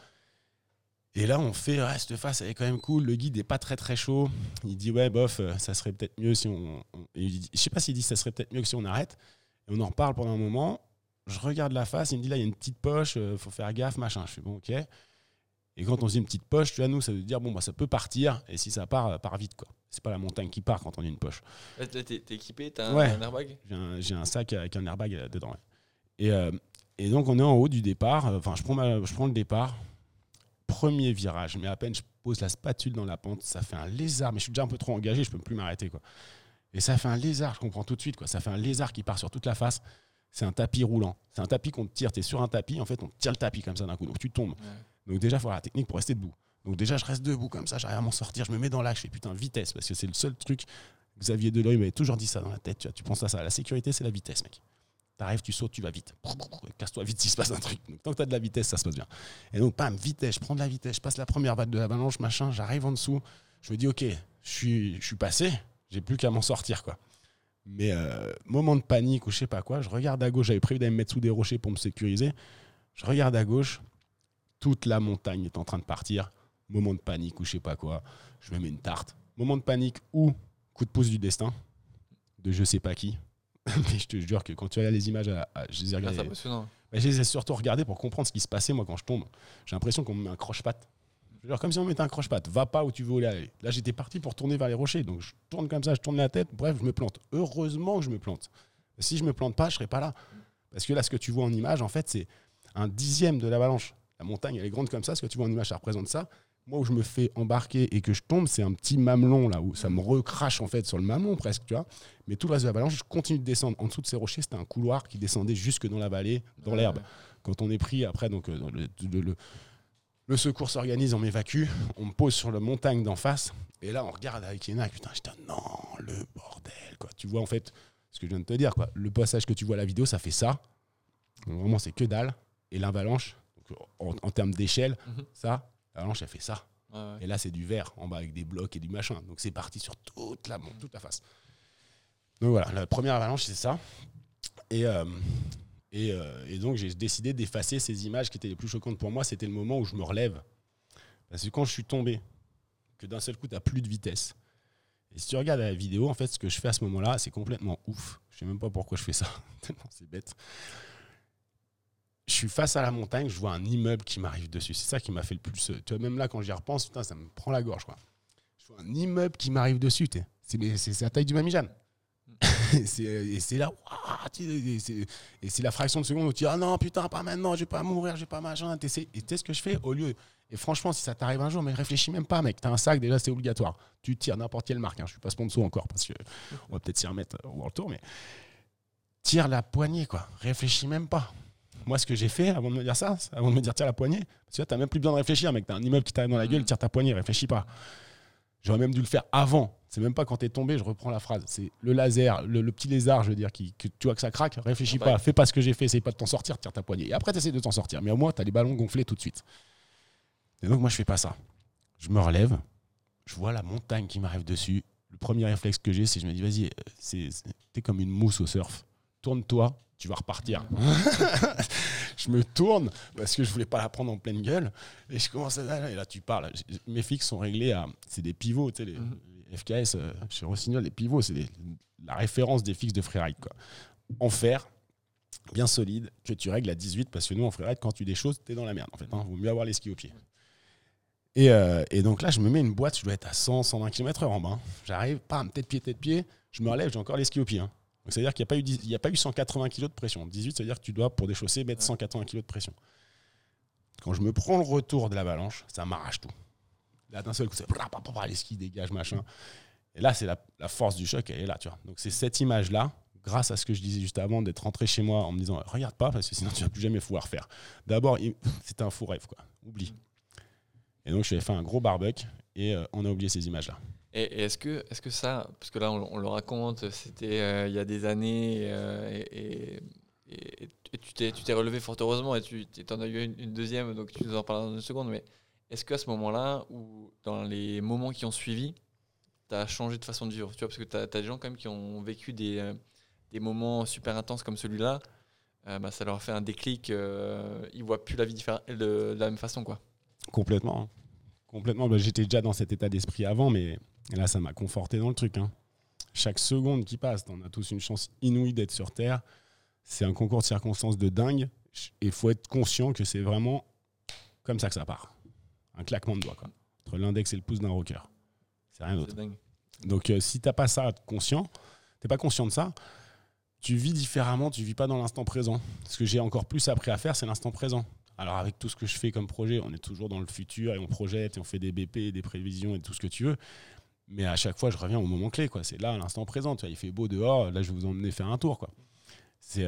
Et là, on fait, cette face, elle est quand même cool. Le guide n'est pas très très chaud. Il dit, ouais, bof, ça serait peut-être mieux si on. Je ne sais pas s'il dit, ça serait peut-être mieux que si on arrête. Et on en reparle pendant un moment. Je regarde la face, il me dit, là, il y a une petite poche, faut faire gaffe, machin. Je fais, bon, ok. Et quand on se dit une petite poche, tu vois, nous, ça veut dire, bon, bah, ça peut partir. Et si ça part vite, quoi. C'est pas la montagne qui part quand on a une poche. Là, t'es équipé, t'as Ouais. un airbag? J'ai un sac avec un airbag dedans. Ouais. Et donc, on est en haut du départ. Enfin, je prends le départ. Premier virage, mais à peine je pose la spatule dans la pente, ça fait un lézard, mais je suis déjà un peu trop engagé, je peux plus m'arrêter, quoi. Et ça fait un lézard, je comprends tout de suite, quoi. Ça fait un lézard qui part sur toute la face. C'est un tapis roulant. C'est un tapis qu'on te tire, tu es sur un tapis, en fait on te tire le tapis comme ça d'un coup, donc tu tombes. Ouais. Donc déjà il faut avoir la technique pour rester debout. Donc déjà je reste debout comme ça, j'arrive à m'en sortir, je me mets dans l'axe, je fais putain vitesse, parce que c'est le seul truc. Xavier Deloy m'avait toujours dit ça dans la tête, tu penses à ça, la sécurité c'est la vitesse, mec. T'arrives, tu sautes, tu vas vite. Casse-toi vite s'il se passe un truc. Donc, tant que tu as de la vitesse, ça se passe bien. Et donc, bam, vitesse, je prends de la vitesse, je passe la première vague de l'avalanche, machin, j'arrive en dessous. Je me dis, ok, je suis passé, j'ai plus qu'à m'en sortir, quoi. Mais moment de panique ou je sais pas quoi, je regarde à gauche, j'avais prévu d'aller me mettre sous des rochers pour me sécuriser. Je regarde à gauche, toute la montagne est en train de partir. Moment de panique ou je sais pas quoi, je me mets une tarte. Moment de panique ou coup de pouce du destin, de je sais pas qui. Mais je te jure que quand tu regardes les images, je les ai regardées. C'est impressionnant. Je les ai surtout regardées pour comprendre ce qui se passait, moi, quand je tombe. J'ai l'impression qu'on me met un croche-patte. Genre comme si on me mettait un croche-patte. Va pas où tu veux aller. Là, j'étais parti pour tourner vers les rochers. Donc, je tourne comme ça, je tourne la tête. Bref, je me plante. Heureusement que je me plante. Si je me plante pas, je serais pas là. Parce que là, ce que tu vois en image, en fait, c'est un dixième de l'avalanche. La montagne, elle est grande comme ça. Ce que tu vois en image, ça représente ça. Moi, où je me fais embarquer et que je tombe, c'est un petit mamelon, là, où ça me recrache, en fait, sur le mamelon, presque, tu vois. Mais tout le reste de l'avalanche, je continue de descendre. En dessous de ces rochers, c'était un couloir qui descendait jusque dans la vallée, dans l'herbe. Quand on est pris, après, donc, le secours s'organise, on m'évacue, on me pose sur la montagne d'en face, et là, on regarde avec Yéna, putain, je dis, non, le bordel, quoi. Tu vois, en fait, ce que je viens de te dire, quoi. Le passage que tu vois à la vidéo, ça fait ça. Donc, vraiment, c'est que dalle. Et l'avalanche, en termes d'échelle, ça, l'avalanche, elle fait ça. Ouais. Et là, c'est du verre en bas avec des blocs et du machin. Donc, c'est parti sur toute la face. Donc, voilà, la première avalanche, c'est ça. Et donc, j'ai décidé d'effacer ces images qui étaient les plus choquantes pour moi. C'était le moment où je me relève. Parce que quand je suis tombé, que d'un seul coup, tu n'as plus de vitesse. Et si tu regardes la vidéo, en fait, ce que je fais à ce moment-là, c'est complètement ouf. Je ne sais même pas pourquoi je fais ça. Tellement c'est bête. Je suis face à la montagne, je vois un immeuble qui m'arrive dessus. C'est ça qui m'a fait le plus... Tu vois, même là, quand j'y repense, putain, ça me prend la gorge, quoi. Je vois un immeuble qui m'arrive dessus. C'est la taille du Mamijane. Et c'est là... Et c'est la fraction de seconde où tu dis « Ah non, putain, pas maintenant, je vais pas mourir, je vais pas machin. » Et tu sais ce que je fais au lieu... Et franchement, si ça t'arrive un jour, mais réfléchis même pas, mec. T'as un sac, déjà, c'est obligatoire. Tu tires n'importe quelle marque. Hein. Je suis pas sponsor encore, parce qu'on va peut-être s'y remettre au World Tour, mais... Tire la poignée, quoi. Réfléchis même pas. Moi, ce que j'ai fait avant de me dire ça, avant de me dire tire la poignée, parce que tu n'as même plus besoin de réfléchir, mec. Tu as un immeuble qui t'arrive dans la gueule, tire ta poignée, réfléchis pas. J'aurais même dû le faire avant. C'est même pas quand tu es tombé, je reprends la phrase. C'est le laser, le petit lézard, je veux dire, que tu vois que ça craque, réfléchis pas, fais pas ce que j'ai fait, essaye pas de t'en sortir, tire ta poignée. Et après, tu essaies de t'en sortir. Mais au moins, tu as les ballons gonflés tout de suite. Et donc, moi, je fais pas ça. Je me relève, je vois la montagne qui m'arrive dessus. Le premier réflexe que j'ai, c'est je me dis, vas-y, t'es comme une mousse au surf. Tourne-toi. Tu vas repartir. Je me tourne parce que je voulais pas la prendre en pleine gueule et je commence à... Et là, tu parles. Mes fixes sont réglés à... C'est des pivots, tu sais, les FKS chez Rossignol, les pivots, c'est la référence des fixes de freeride, quoi. En fer, bien solide, que tu règles à 18 parce que nous, en freeride, quand tu déchausses, t'es dans la merde, en fait. Vaut mieux avoir les skis au pied. Et donc là, je me mets une boîte, je dois être à 100, 120 km/h en bas. J'arrive, pam, tête-pied, je me relève, j'ai encore les skis au pied. Donc, c'est-à-dire qu'il n'y a pas eu 180 kg de pression. 18, c'est-à-dire que tu dois, pour déchausser, mettre 180 kg de pression. Quand je me prends le retour de l'avalanche, ça m'arrache tout. Là, d'un seul coup, c'est les skis dégagent, machin. Et là, c'est la force du choc, elle est là, tu vois. Donc, c'est cette image-là, grâce à ce que je disais juste avant, d'être rentré chez moi en me disant, regarde pas, parce que sinon, tu vas plus jamais pouvoir faire. D'abord, c'était un fou rêve, quoi. Oublie. Et donc, je suis allé faire un gros barbecue et on a oublié ces images-là. Et est-ce que ça, parce que là on le raconte, c'était il y a des années et tu t'es relevé fort heureusement et tu en as eu une deuxième, donc tu nous en parleras dans une seconde, mais est-ce qu'à ce moment-là ou dans les moments qui ont suivi, tu as changé de façon de vivre, tu vois, parce que tu as des gens quand même qui ont vécu des moments super intenses comme celui-là, ça leur fait un déclic. Ils ne voient plus la vie de la même façon, quoi. Complètement. J'étais déjà dans cet état d'esprit avant, mais là, ça m'a conforté dans le truc. Chaque seconde qui passe, on a tous une chance inouïe d'être sur Terre. C'est un concours de circonstances de dingue. Et il faut être conscient que c'est vraiment comme ça que ça part. Un claquement de doigts, quoi. Entre l'index et le pouce d'un rocker. C'est rien d'autre. Donc, si tu n'as pas ça conscient, tu n'es pas conscient de ça, tu vis différemment, tu ne vis pas dans l'instant présent. Ce que j'ai encore plus appris à faire, c'est l'instant présent. Alors, avec tout ce que je fais comme projet, on est toujours dans le futur et on projette et on fait des BP, des prévisions et tout ce que tu veux. Mais à chaque fois, je reviens au moment clé, quoi. C'est là, à l'instant présent. Tu vois, il fait beau dehors, là, je vais vous emmener faire un tour, quoi. C'est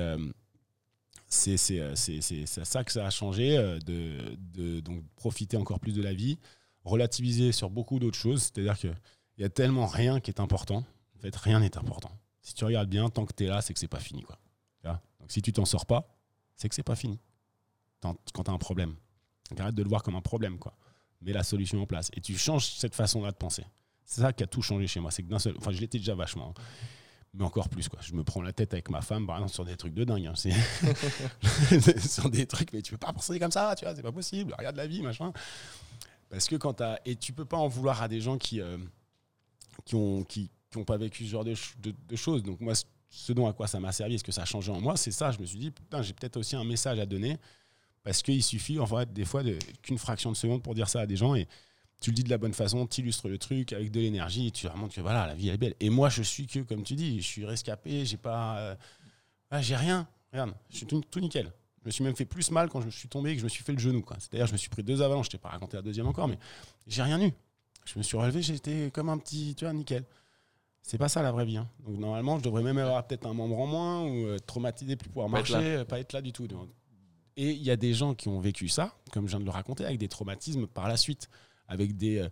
ça que ça a changé, donc profiter encore plus de la vie, relativiser sur beaucoup d'autres choses. C'est-à-dire qu'il y a tellement rien qui est important. En fait, rien n'est important. Si tu regardes bien, tant que tu es là, c'est que c'est pas fini, quoi. Donc si tu t'en sors pas, c'est que c'est pas fini. Quand tu as un problème, donc arrête de le voir comme un problème, quoi. Mets la solution en place et tu changes cette façon-là de penser. C'est ça qui a tout changé chez moi. C'est que d'un seul, enfin, je l'étais déjà vachement, mais encore plus, quoi. Je me prends la tête avec ma femme, par exemple, sur des trucs de dingue. C'est sur des trucs, mais tu peux pas penser comme ça, tu vois, c'est pas possible. Regarde la vie, machin. Parce que et tu peux pas en vouloir à des gens qui ont pas vécu ce genre de choses. Donc moi, ce dont à quoi ça m'a servi, ce que ça a changé en moi, c'est ça. Je me suis dit, putain, j'ai peut-être aussi un message à donner, parce qu'il suffit, en fait, des fois, qu'une fraction de seconde pour dire ça à des gens, et tu le dis de la bonne façon, tu illustres le truc avec de l'énergie, et tu leur montres que voilà, la vie elle est belle. Et moi, je suis que, comme tu dis, je suis rescapé, j'ai pas, j'ai rien. Regarde, je suis tout nickel. Je me suis même fait plus mal quand je me suis tombé et que je me suis fait le genou, quoi. C'est-à-dire, je me suis pris 2 avalanches, je t'ai pas raconté la deuxième encore, mais j'ai rien eu. Je me suis relevé, j'étais comme un petit, tu vois, nickel. C'est pas ça la vraie vie. Donc normalement, je devrais même avoir peut-être un membre en moins ou être traumatisé, plus pouvoir marcher, pas être là du tout. Et il y a des gens qui ont vécu ça, comme je viens de le raconter, avec des traumatismes par la suite, avec des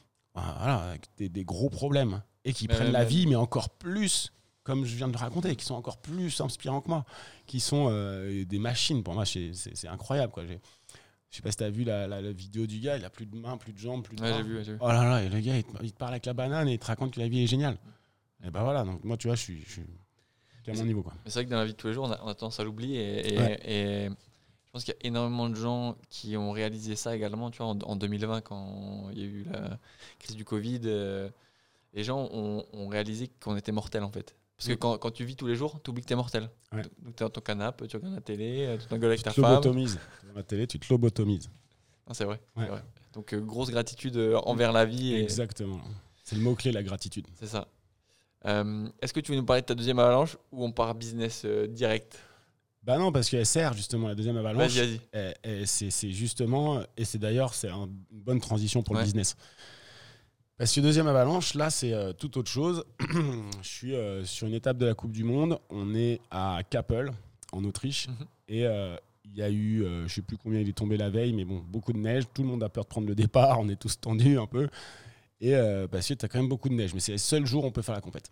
gros problèmes, et qui prennent la vie, mais encore plus, comme je viens de le raconter, qui sont encore plus inspirants que moi, qui sont des machines. Pour moi, c'est incroyable, quoi. Je sais pas si tu as vu la vidéo du gars, il a plus de mains, plus de jambes, plus de bras. J'ai vu. Oh là là, et le gars, il te parle avec la banane et il te raconte que la vie est géniale. Et ben voilà, donc moi, tu vois, je suis à mon niveau, quoi. Mais c'est vrai que dans la vie de tous les jours, on a tendance à l'oublier. Et je pense qu'il y a énormément de gens qui ont réalisé ça également. Tu vois, en 2020, quand il y a eu la crise du Covid, les gens ont réalisé qu'on était mortel, en fait. Parce que quand tu vis tous les jours, tu oublies que tu es mortel. Ouais. Donc tu es dans ton canapé, tu regardes la télé, tu t'engueules avec ta femme. Tu te lobotomises. Dans la télé, tu te lobotomises. C'est vrai. Ouais. C'est vrai. Donc grosse gratitude envers la vie. Exactement. C'est le mot-clé, la gratitude. C'est ça. Est-ce que tu veux nous parler de ta deuxième avalanche ou on part business direct ? Bah non, parce qu'elle sert justement, la deuxième avalanche. Vas-y. C'est justement, et c'est d'ailleurs une bonne transition pour le business. Parce que deuxième avalanche, là, c'est tout autre chose. Je suis sur une étape de la Coupe du Monde. On est à Kappel, en Autriche. Et il y a eu, je ne sais plus combien il est tombé la veille, mais bon, beaucoup de neige. Tout le monde a peur de prendre le départ. On est tous tendus un peu. Et parce que tu as quand même beaucoup de neige. Mais c'est les seuls jours où on peut faire la compète.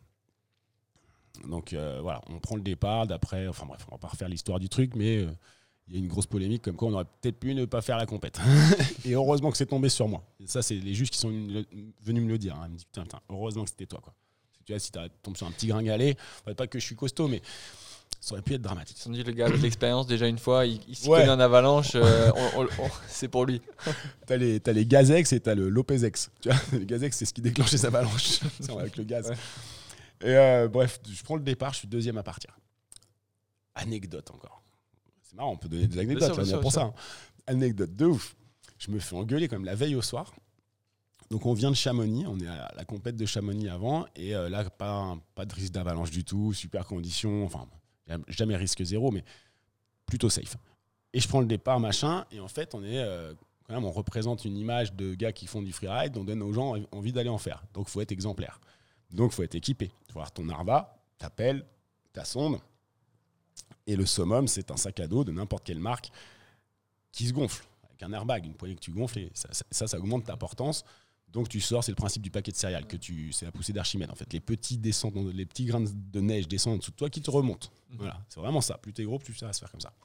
Donc voilà, on prend le départ d'après. Enfin bref, on va pas refaire l'histoire du truc, mais il y a une grosse polémique comme quoi on aurait peut-être pu ne pas faire la compète. Et heureusement que c'est tombé sur moi. Et ça, c'est les juges qui sont venus me le dire. Ils me disent putain, heureusement que c'était toi, quoi. Parce que tu vois, si tu tombes sur un petit gringalet, pas que je suis costaud, mais ça aurait pu être dramatique. Ils se sont dit, le gars avec l'expérience, déjà une fois, il s'y connaît en avalanche, c'est pour lui. T'as les Gazex et t'as le Lopezex. Tu vois, les Gazex, c'est ce qui déclenche les avalanches. Avec le gaz. Ouais. Et bref, je prends le départ, je suis deuxième à partir. Anecdote encore. C'est marrant, on peut donner des anecdotes pour ça. Anecdote de ouf. Je me fais engueuler comme la veille au soir. Donc on vient de Chamonix, on est à la compète de Chamonix avant, et là, pas de risque d'avalanche du tout, super conditions, enfin, jamais risque zéro, mais plutôt safe. Et je prends le départ, machin, et en fait, on représente une image de gars qui font du freeride, on donne aux gens envie d'aller en faire. Donc il faut être exemplaire. Donc, il faut être équipé. Il faut avoir ton Narva, ta pelle, ta sonde. Et le summum, c'est un sac à dos de n'importe quelle marque qui se gonfle. Avec un airbag, une poignée que tu gonfles. Et ça augmente ta portance. Donc, tu sors, c'est le principe du paquet de céréales. C'est la poussée d'Archimède. En fait, les petits grains de neige descendent en dessous de toi qui te remontent. Voilà, c'est vraiment ça. Plus t'es gros, plus ça va se faire comme ça.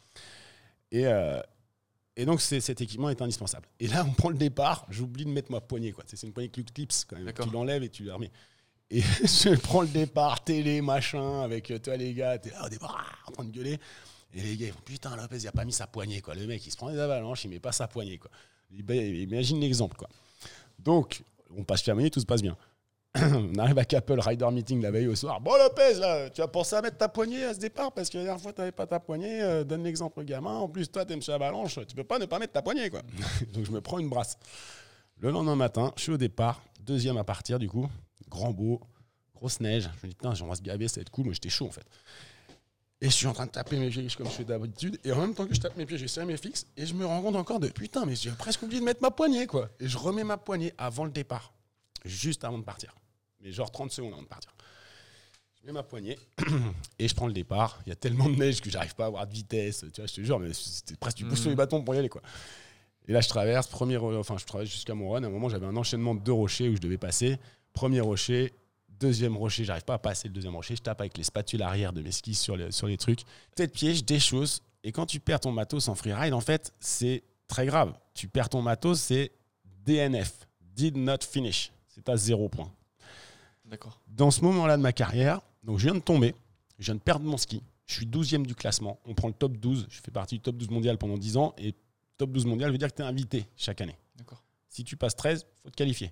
Et donc, cet équipement est indispensable. Et là, on prend le départ. J'oublie de mettre ma poignée, quoi. C'est une poignée clips quand même. Tu l'enlèves et tu la remets. Et je prends le départ, télé, machin, avec toi les gars, t'es là au départ, en train de gueuler. Et les gars, ils font putain, Lopez, il a pas mis sa poignée, quoi. Le mec, il se prend des avalanches, il met pas sa poignée, quoi. Imagine l'exemple, quoi. Donc, on passe Chamonix, tout se passe bien. On arrive à Capel, Rider Meeting la veille au soir. Bon, Lopez, là, tu as pensé à mettre ta poignée à ce départ parce que la dernière fois, tu n'avais pas ta poignée. Donne l'exemple au gamin. En plus, toi, tu aimes chez Avalanche. Tu peux pas ne pas mettre ta poignée, quoi. Donc, je me prends une brasse. Le lendemain matin, je suis au départ. Deuxième à partir, du coup. Grand beau, grosse neige. Je me dis, putain, j'aimerais se gaver, ça va être cool. Moi, j'étais chaud, en fait. Et je suis en train de taper mes pieds comme je fais d'habitude. Et en même temps que je tape mes pieds, j'ai serré mes fixes. Et je me rends compte encore de putain, mais j'ai presque oublié de mettre ma poignée, quoi. Et je remets ma poignée avant le départ. Juste avant de partir. Mais genre 30 secondes avant de partir. Je mets ma poignée et je prends le départ. Il y a tellement de neige que j'arrive pas à avoir de vitesse. Tu vois, je te jure, mais c'était presque du pouce sur les bâtons pour y aller, quoi. Et là, je traverse. Je traverse jusqu'à mon run. À un moment, j'avais un enchaînement de 2 rochers où je devais passer. Premier rocher, deuxième rocher. J'arrive pas à passer le deuxième rocher. Je tape avec les spatules arrière de mes skis sur les trucs. Tête-pied, je déchausse. Et quand tu perds ton matos en freeride, en fait, c'est très grave. Tu perds ton matos, c'est DNF. Did not finish. C'est à 0 point. D'accord. Dans ce moment-là de ma carrière, donc je viens de tomber, je viens de perdre mon ski, je suis 12e du classement, on prend le top 12, je fais partie du top 12 mondial pendant 10 ans, et top 12 mondial veut dire que tu es invité chaque année. D'accord. Si tu passes 13, il faut te qualifier.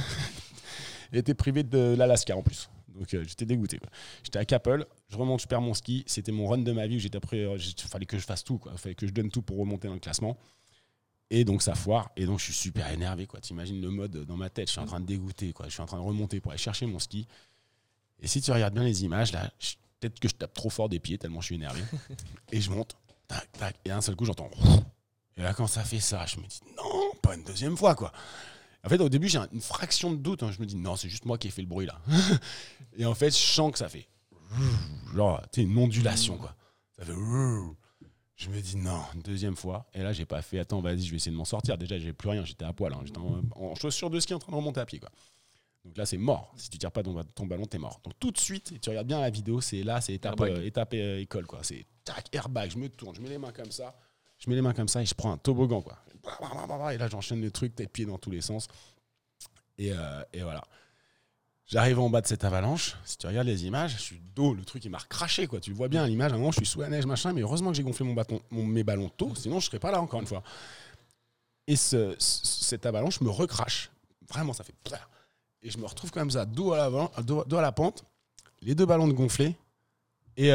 Et tu es privé de l'Alaska en plus. Donc j'étais dégoûté, quoi. J'étais à Capel, je remonte, je perds mon ski, c'était mon run de ma vie où j'étais après, il fallait que je fasse tout, quoi. Il fallait que je donne tout pour remonter dans le classement. Et donc ça foire, et donc je suis super énervé, quoi. T'imagines le mode dans ma tête, je suis en train de dégoûter, quoi. Je suis en train de remonter pour aller chercher mon ski. Et si tu regardes bien les images, là, peut-être que je tape trop fort des pieds tellement je suis énervé. Et je monte, tac, tac, et d'un seul coup j'entends. Et là quand ça fait ça, je me dis non, pas une deuxième fois, quoi. En fait au début j'ai une fraction de doute, hein. Je me dis non, c'est juste moi qui ai fait le bruit là. Et en fait je sens que ça fait genre, tu sais, une ondulation, quoi. Ça fait. Je me dis non, une deuxième fois. Et là, j'ai pas fait, attends, vas-y, je vais essayer de m'en sortir. Déjà, j'ai plus rien, j'étais à poil. Hein. J'étais en chaussures de ski en train de remonter à pied, quoi. Donc là, c'est mort. Si tu tires pas ton ballon, t'es mort. Donc tout de suite, et tu regardes bien la vidéo, c'est étape école, quoi. C'est tac, airbag, je me tourne, je mets les mains comme ça. Et je prends un toboggan, quoi. Et là, j'enchaîne le truc, tête pied dans tous les sens. Et voilà. J'arrive en bas de cette avalanche. Si tu regardes les images, je suis dos, le truc il m'a recraché, quoi. Tu le vois bien à l'image. À un moment, je suis sous la neige, machin. Mais heureusement que j'ai gonflé mes ballons tôt, sinon je serais pas là encore une fois. Et cette avalanche me recrache. Vraiment, ça fait. Et je me retrouve comme ça, dos à la pente, les 2 ballons de gonflés et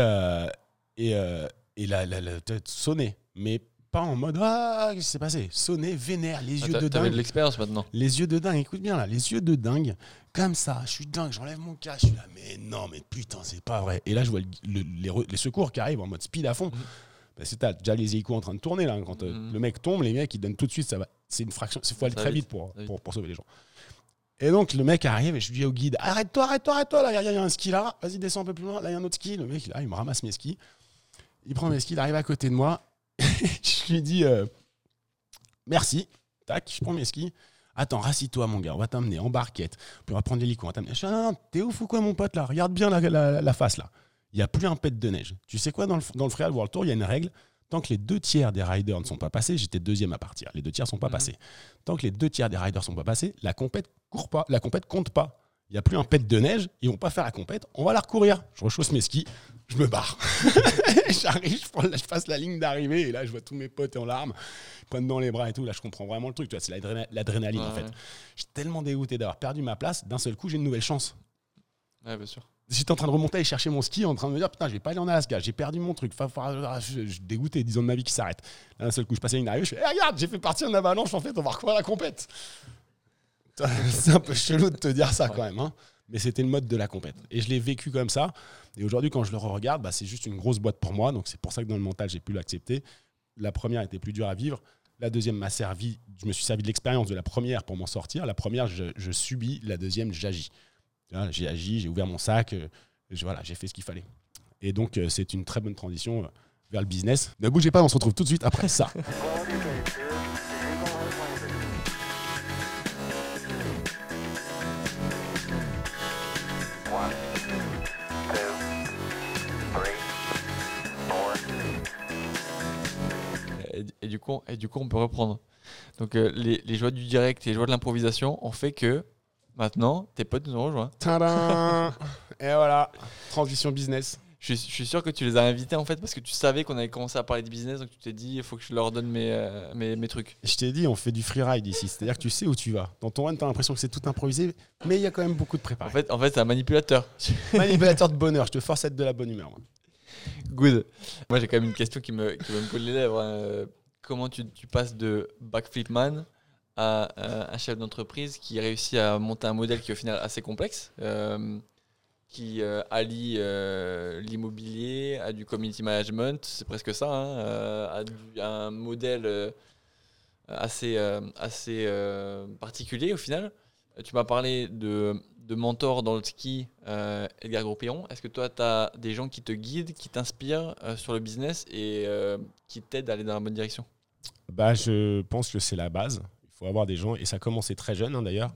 la tête sonnée. Mais pas en mode qu'est-ce qui s'est passé, sonné, vénère, les yeux de dingue. T'avais de l'expérience maintenant. Les yeux de dingue, écoute bien là, les yeux de dingue, comme ça, je suis dingue, j'enlève mon casque, je suis là, mais non, mais putain, c'est pas vrai. Et là, je vois les secours qui arrivent en mode speed à fond. T'as déjà les hélicos en train de tourner là, quand le mec tombe, les mecs ils donnent tout de suite, ça va. C'est une fraction, il faut aller très vite pour sauver les gens. Et donc le mec arrive et je dis au guide, arrête-toi, là, il y a un ski là, vas-y, descends un peu plus loin, là il y a un autre ski. Le mec là, il me ramasse mes skis, il prend mes skis, il arrive à côté de moi. Je lui dis merci, tac, je prends mes skis. Attends, rassis-toi mon gars, on va t'emmener en barquette, puis on va prendre l'hélico, on va t'emmener. Je dis non, t'es ouf ou quoi mon pote là, regarde bien la face là. Il n'y a plus un pet de neige. Tu sais quoi, dans le Freeride World Tour, il y a une règle. Tant que les 2 tiers des riders ne sont pas passés, j'étais 2e à partir. Les 2 tiers ne sont pas passés. Tant que les 2 tiers des riders ne sont pas passés, la compète court pas, la compète compte pas. Il n'y a plus un pet de neige, ils vont pas faire la compète, on va la recourir. Je rechausse mes skis, je me barre. J'arrive, je passe la ligne d'arrivée et là je vois tous mes potes en larmes, ils prennent dans les bras et tout. Là je comprends vraiment le truc, tu vois, c'est l'adrénaline en fait. Je suis tellement dégoûté d'avoir perdu ma place, d'un seul coup j'ai une nouvelle chance. Ouais, bien sûr. J'étais en train de remonter et chercher mon ski, en train de me dire putain, je vais pas aller en Alaska, j'ai perdu mon truc. Je suis dégoûté, 10 ans de ma vie qui s'arrête. Là, d'un seul coup, je passe la ligne d'arrivée, je fais regarde, j'ai fait partie en avalanche, en fait, on va recourir la compète. C'est un peu chelou de te dire ça quand même, hein. Mais c'était le mode de la compète. Et je l'ai vécu comme ça. Et aujourd'hui, quand je le regarde, c'est juste une grosse boîte pour moi. Donc c'est pour ça que dans le mental, j'ai pu l'accepter. La première était plus dure à vivre. La deuxième m'a servi, je me suis servi de l'expérience de la première pour m'en sortir. La première, je subis. La deuxième, j'agis. J'ai agi, j'ai ouvert mon sac, j'ai fait ce qu'il fallait. Et donc, c'est une très bonne transition vers le business. Ne bougez pas, on se retrouve tout de suite après ça. Et du coup, on peut reprendre. Donc, les joies du direct et les joies de l'improvisation ont fait que maintenant, tes potes nous ont rejoints. Tadam. Et voilà, transition business. Je suis sûr que tu les as invités en fait parce que tu savais qu'on avait commencé à parler de business, donc tu t'es dit il faut que je leur donne mes trucs. Je t'ai dit, on fait du freeride ici. C'est-à-dire que tu sais où tu vas. Dans ton run, tu as l'impression que c'est tout improvisé, mais il y a quand même beaucoup de préparation. En fait c'est un manipulateur. Manipulateur de bonheur, je te force à être de la bonne humeur. Moi. Good. Moi j'ai quand même une question qui me colle les lèvres. Comment tu passes de backflip man à un chef d'entreprise qui réussit à monter un modèle qui est au final assez complexe, qui allie l'immobilier à du community management, c'est presque ça, hein, à un modèle assez particulier au final. Tu m'as parlé de mentors dans le ski, Edgar Gros-Piron. Est-ce que toi, tu as des gens qui te guident, qui t'inspirent sur le business et qui t'aident à aller dans la bonne direction ? Je pense que c'est la base. Il faut avoir des gens, et ça a commencé très jeune hein, d'ailleurs.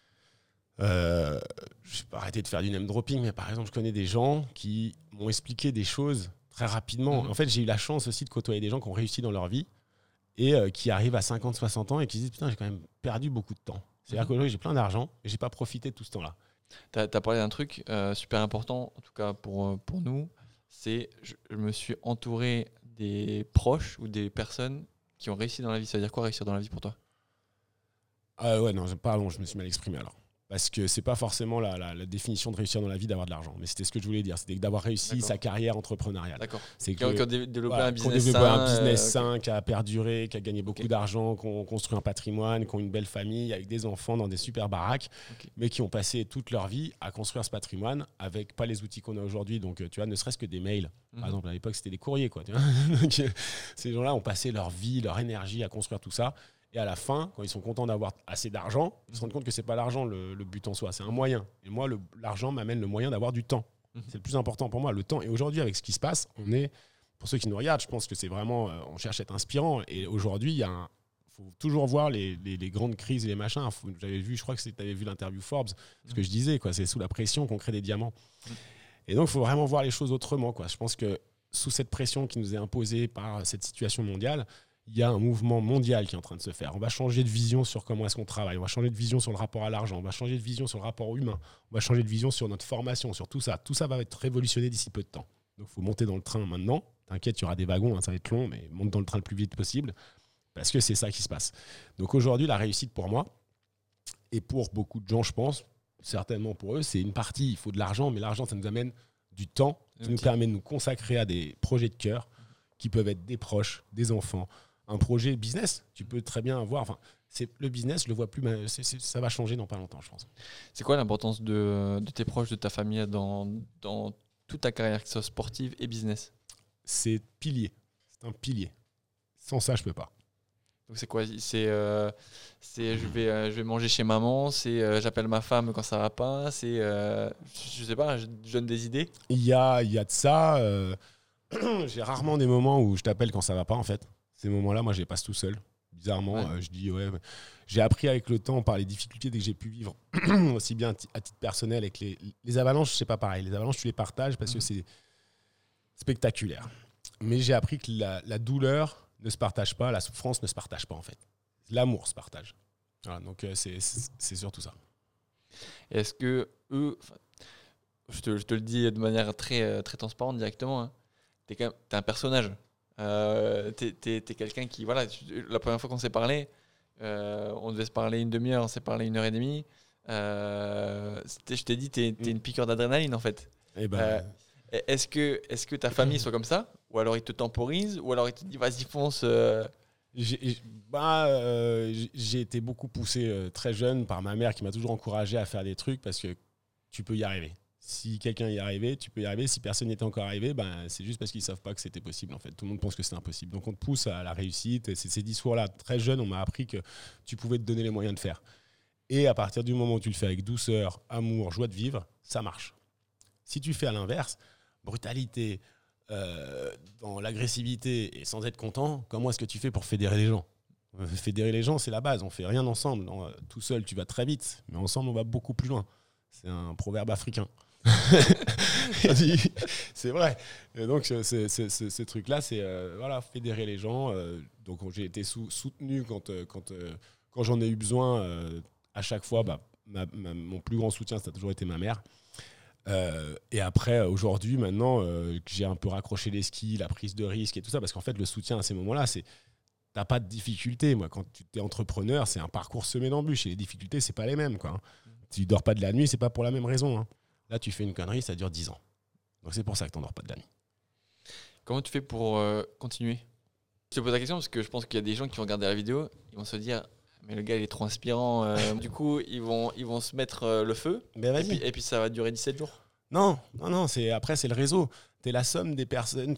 Je ne vais pas arrêter de faire du name dropping, mais par exemple, je connais des gens qui m'ont expliqué des choses très rapidement. En fait, j'ai eu la chance aussi de côtoyer des gens qui ont réussi dans leur vie et qui arrivent à 50, 60 ans et qui se disent « Putain, j'ai quand même perdu beaucoup de temps. » C'est-à-dire qu'aujourd'hui, j'ai plein d'argent et je n'ai pas profité de tout ce temps-là. Tu as parlé d'un truc super important, en tout cas pour nous, c'est je me suis entouré des proches ou des personnes qui ont réussi dans la vie. Ça veut dire quoi réussir dans la vie pour toi ? Ouais, non, pardon, je me suis mal exprimé alors. Parce que c'est pas forcément la définition de réussir dans la vie d'avoir de l'argent. Mais c'était ce que je voulais dire. C'était d'avoir réussi sa carrière entrepreneuriale. D'accord. C'est qui ont développé un business sain, qui a perduré, qui a gagné beaucoup d'argent, qui ont construit un patrimoine, qui ont une belle famille avec des enfants dans des super baraques, mais qui ont passé toute leur vie à construire ce patrimoine avec pas les outils qu'on a aujourd'hui. Donc, tu vois, ne serait-ce que des mails. Par exemple, à l'époque, c'était des courriers, quoi. Tu vois. Donc, ces gens-là ont passé leur vie, leur énergie à construire tout ça. Et à la fin, quand ils sont contents d'avoir assez d'argent, ils se rendent compte que c'est pas l'argent le but en soi, c'est un moyen. Et moi, l'argent m'amène le moyen d'avoir du temps. C'est le plus important pour moi, le temps. Et aujourd'hui, avec ce qui se passe, pour ceux qui nous regardent, je pense que c'est vraiment, on cherche à être inspirant. Et aujourd'hui, il faut toujours voir les grandes crises et les machins. J'avais vu, je crois que tu avais vu l'interview Forbes, ce que je disais, quoi. C'est sous la pression qu'on crée des diamants. Et donc, il faut vraiment voir les choses autrement, quoi. Je pense que sous cette pression qui nous est imposée par cette situation mondiale, il y a un mouvement mondial qui est en train de se faire. On va changer de vision sur comment est-ce qu'on travaille. On va changer de vision sur le rapport à l'argent. On va changer de vision sur le rapport humain. On va changer de vision sur notre formation, sur tout ça. Tout ça va être révolutionné d'ici peu de temps. Donc, il faut monter dans le train maintenant. T'inquiète, il y aura des wagons, hein, ça va être long, mais monte dans le train le plus vite possible parce que c'est ça qui se passe. Donc, aujourd'hui, la réussite pour moi et pour beaucoup de gens, je pense, certainement pour eux, c'est une partie. Il faut de l'argent, mais l'argent, ça nous amène du temps qui nous permet de nous consacrer à des projets de cœur qui peuvent être des proches, des enfants, un projet business. Tu peux très bien avoir... Enfin, le business, je le vois plus, mais ça va changer dans pas longtemps, je pense. C'est quoi l'importance de tes proches, de ta famille dans toute ta carrière, que ce soit sportive et business ? C'est pilier. C'est un pilier. Sans ça, je peux pas. Donc c'est quoi ? C'est je vais manger chez maman, c'est j'appelle ma femme quand ça va pas, c'est je sais pas, je donne des idées. Il y a de ça. J'ai rarement des moments où je t'appelle quand ça va pas, en fait. Ces moments-là, moi, je les passe tout seul. Bizarrement, je dis ouais. J'ai appris avec le temps par les difficultés que j'ai pu vivre, aussi bien à titre personnel avec les avalanches, c'est pas pareil. Les avalanches, tu les partages parce que c'est spectaculaire. Mais j'ai appris que la douleur ne se partage pas, la souffrance ne se partage pas en fait. L'amour se partage. Voilà, donc c'est surtout ça. Est-ce que eux, je te le dis de manière très très transparente directement, hein, t'es un personnage. T'es quelqu'un qui, voilà, la première fois qu'on s'est parlé, on devait se parler une demi-heure, on s'est parlé 1h30. Je t'ai dit, t'es une piqûre d'adrénaline en fait. Et est-ce que ta famille soit comme ça, ou alors ils te temporisent, ou alors ils te disent vas-y fonce. J'ai été beaucoup poussé très jeune par ma mère qui m'a toujours encouragé à faire des trucs parce que tu peux y arriver. Si quelqu'un y est arrivé, tu peux y arriver. Si personne n'y était encore arrivé, c'est juste parce qu'ils ne savent pas que c'était possible. En fait. Tout le monde pense que c'est impossible. Donc on te pousse à la réussite. Et c'est ces discours-là, très jeune, on m'a appris que tu pouvais te donner les moyens de faire. Et à partir du moment où tu le fais avec douceur, amour, joie de vivre, ça marche. Si tu fais à l'inverse, brutalité, dans l'agressivité et sans être content, comment est-ce que tu fais pour fédérer les gens ? Fédérer les gens, c'est la base. On ne fait rien ensemble. Tout seul, tu vas très vite. Mais ensemble, on va beaucoup plus loin. C'est un proverbe africain. C'est vrai. Et donc ce truc-là, c'est voilà, fédérer les gens. Donc j'ai été soutenu quand j'en ai eu besoin. À chaque fois, mon plus grand soutien, ça a toujours été ma mère. Et après, aujourd'hui, maintenant, que j'ai un peu raccroché les skis, la prise de risque et tout ça, parce qu'en fait, le soutien à ces moments-là, t'as pas de difficultés. Moi, quand tu es entrepreneur, c'est un parcours semé d'embûches. Et les difficultés, c'est pas les mêmes, quoi. Tu dors pas de la nuit, c'est pas pour la même raison. Hein. Là, tu fais une connerie, ça dure 10 ans. Donc, c'est pour ça que t'endors pas de la nuit. Comment tu fais pour continuer? Je te pose la question parce que je pense qu'il y a des gens qui vont regarder la vidéo, ils vont se dire mais le gars il est trop inspirant. Du coup, ils vont se mettre le feu. Ben, Et puis ça va durer 17 jours. Non, après, c'est le réseau. T'es la somme des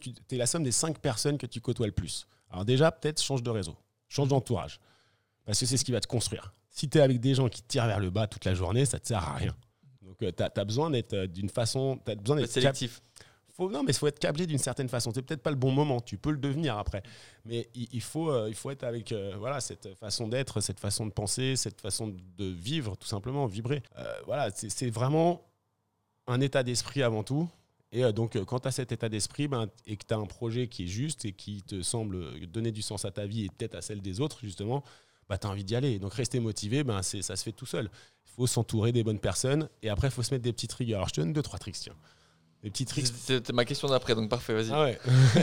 5 personnes que tu côtoies le plus. Alors déjà, peut-être change de réseau, change d'entourage. Parce que c'est ce qui va te construire. Si t'es avec des gens qui te tirent vers le bas toute la journée, ça te sert à rien. Donc t'as besoin d'être d'une façon... T'as besoin d'être sélectif. Non, mais il faut être câblé d'une certaine façon. C'est peut-être pas le bon moment, tu peux le devenir après. Mais il faut être avec cette façon d'être, cette façon de penser, cette façon de vivre, tout simplement, vibrer. C'est vraiment un état d'esprit avant tout. Et donc, quand tu as cet état d'esprit et que tu as un projet qui est juste et qui te semble donner du sens à ta vie et peut-être à celle des autres, justement, tu as envie d'y aller. Donc, rester motivé, ça se fait tout seul. Il faut s'entourer des bonnes personnes et après, il faut se mettre des petites rigueurs. Alors, je te donne 2-3 tricks, tiens. Des petits tricks. C'était ma question d'après, donc parfait, vas-y. Ah ouais.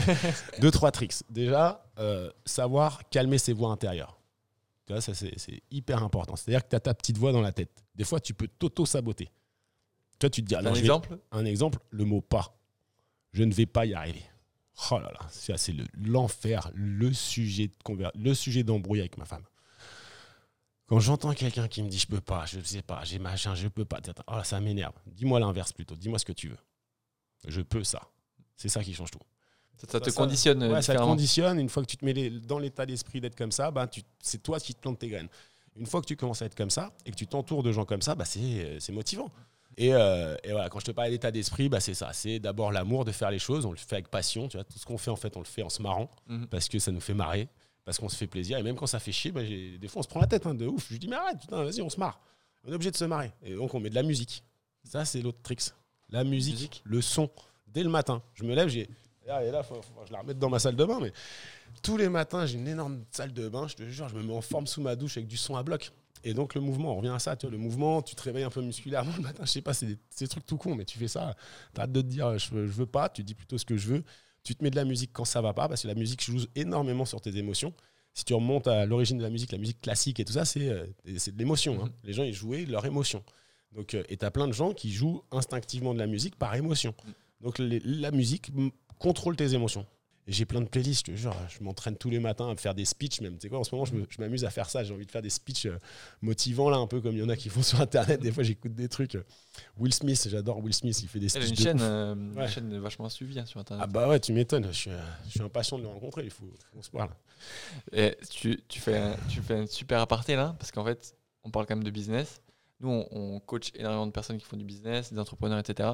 2-3 tricks. Déjà, savoir calmer ses voix intérieures. Tu vois, ça, c'est hyper important. C'est-à-dire que tu as ta petite voix dans la tête. Des fois, tu peux t'auto-saboter. Toi, tu te dis... Un exemple ? Un exemple, le mot « pas ». Je ne vais pas y arriver. Oh là là, c'est l'enfer, le sujet d'embrouille avec ma femme. Quand j'entends quelqu'un qui me dit « je peux pas, je sais pas, j'ai machin, je peux pas », oh, ça m'énerve. Dis-moi l'inverse plutôt, dis-moi ce que tu veux. Je peux ça. C'est ça qui change tout. Ça te conditionne. Ouais, ça te conditionne. Une fois que tu te mets dans l'état d'esprit d'être comme ça, c'est toi qui te plantes tes graines. Une fois que tu commences à être comme ça et que tu t'entoures de gens comme ça, c'est motivant. Et voilà, quand je te parle d'état d'esprit, c'est ça. C'est d'abord l'amour de faire les choses. On le fait avec passion. Tu vois, tout ce qu'on fait, en fait, on le fait en se marrant parce que ça nous fait marrer, parce qu'on se fait plaisir. Et même quand ça fait chier, des fois, on se prend la tête de ouf. Je lui dis, mais arrête, putain, vas-y, on se marre. On est obligé de se marrer. Et donc, on met de la musique. Ça, c'est l'autre trick. La musique, le son. Dès le matin, je me lève, et là, faut je la remette dans ma salle de bain, mais tous les matins, j'ai une énorme salle de bain, je te jure, je me mets en forme sous ma douche avec du son à bloc. Et donc, le mouvement, on revient à ça, tu vois, le mouvement, tu te réveilles un peu musculairement le matin, je sais pas, c'est des trucs tout cons, mais tu fais ça, t'arrêtes de te dire, je veux pas, tu dis plutôt ce que je veux, tu te mets de la musique quand ça va pas, parce que la musique joue énormément sur tes émotions. Si tu remontes à l'origine de la musique classique et tout ça, c'est de l'émotion. Hein. Les gens, ils jouaient leur émotion. Donc, et t'as plein de gens qui jouent instinctivement de la musique par émotion. Donc la musique contrôle tes émotions. Et j'ai plein de playlists, je te jure, je m'entraîne tous les matins à faire des speeches même. Tu sais quoi, en ce moment, je m'amuse à faire ça. J'ai envie de faire des speeches motivants, là, un peu comme il y en a qui font sur Internet. Des fois, j'écoute des trucs. Will Smith, j'adore Will Smith, il fait des speeches. Il y a une chaîne vachement suivie sur Internet. Ah bah ouais, tu m'étonnes. Je suis impatient de le rencontrer, il faut qu'on se parle. Et tu fais un super aparté là, parce qu'en fait, on parle quand même de business. Nous, on coach énormément de personnes qui font du business, des entrepreneurs, etc.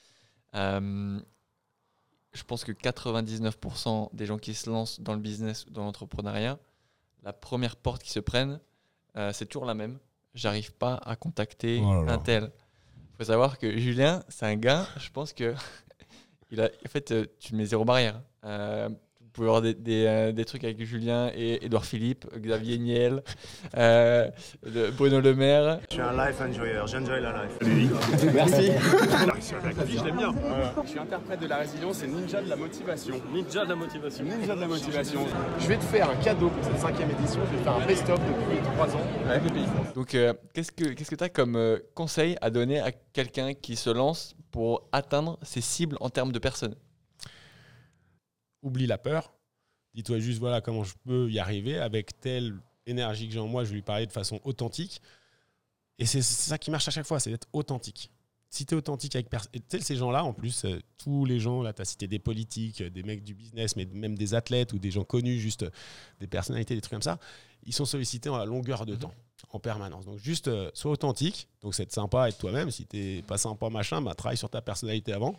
Je pense que 99% des gens qui se lancent dans le business ou dans l'entrepreneuriat, la première porte qu'ils se prennent, c'est toujours la même. J'arrive pas à contacter un tel. Il faut savoir que Julien, c'est un gars, je pense que en fait, tu mets zéro barrière. Vous pouvez avoir des trucs avec Julien et Édouard Philippe, Xavier Niel, Bruno Le Maire. Je suis un life enjoyer, j'enjoy la life. Merci. Je l'aime bien. Je suis interprète de la résilience et ninja de la motivation. Ninja de la motivation. Ninja de la motivation. Je vais te faire un cadeau pour cette 5e édition. Je vais faire un best-of depuis 3 ans avec le Pays France. Donc, qu'est-ce que tu as comme conseil à donner à quelqu'un qui se lance pour atteindre ses cibles en termes de personnes ? Oublie la peur. Dis-toi juste, voilà comment je peux y arriver avec telle énergie que j'ai en moi. Je vais lui parler de façon authentique. Et c'est ça qui marche à chaque fois, c'est d'être authentique. Si tu es authentique avec personne, et tu sais, ces gens-là, en plus, tous les gens, là, tu as cité des politiques, des mecs du business, mais même des athlètes ou des gens connus, juste des personnalités, des trucs comme ça, ils sont sollicités à longueur de temps, en permanence. Donc, juste, sois authentique. Donc, c'est sympa, être toi-même. Si tu n'es pas sympa, machin, travaille sur ta personnalité avant.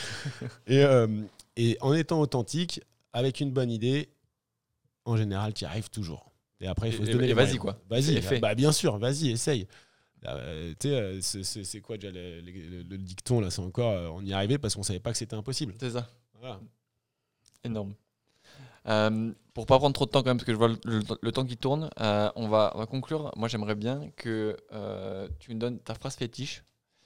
Et en étant authentique, avec une bonne idée, en général, tu y arrives toujours. Et après, il faut se donner les vas-y, moyens. quoi. Vas-y, bien sûr, vas-y, essaye. C'est quoi déjà le dicton là, c'est encore on y arrivait parce qu'on savait pas que c'était impossible. C'est ça. Voilà. Énorme. Pour pas prendre trop de temps quand même, parce que je vois le temps qui tourne, on va conclure. Moi, j'aimerais bien que tu me donnes ta phrase fétiche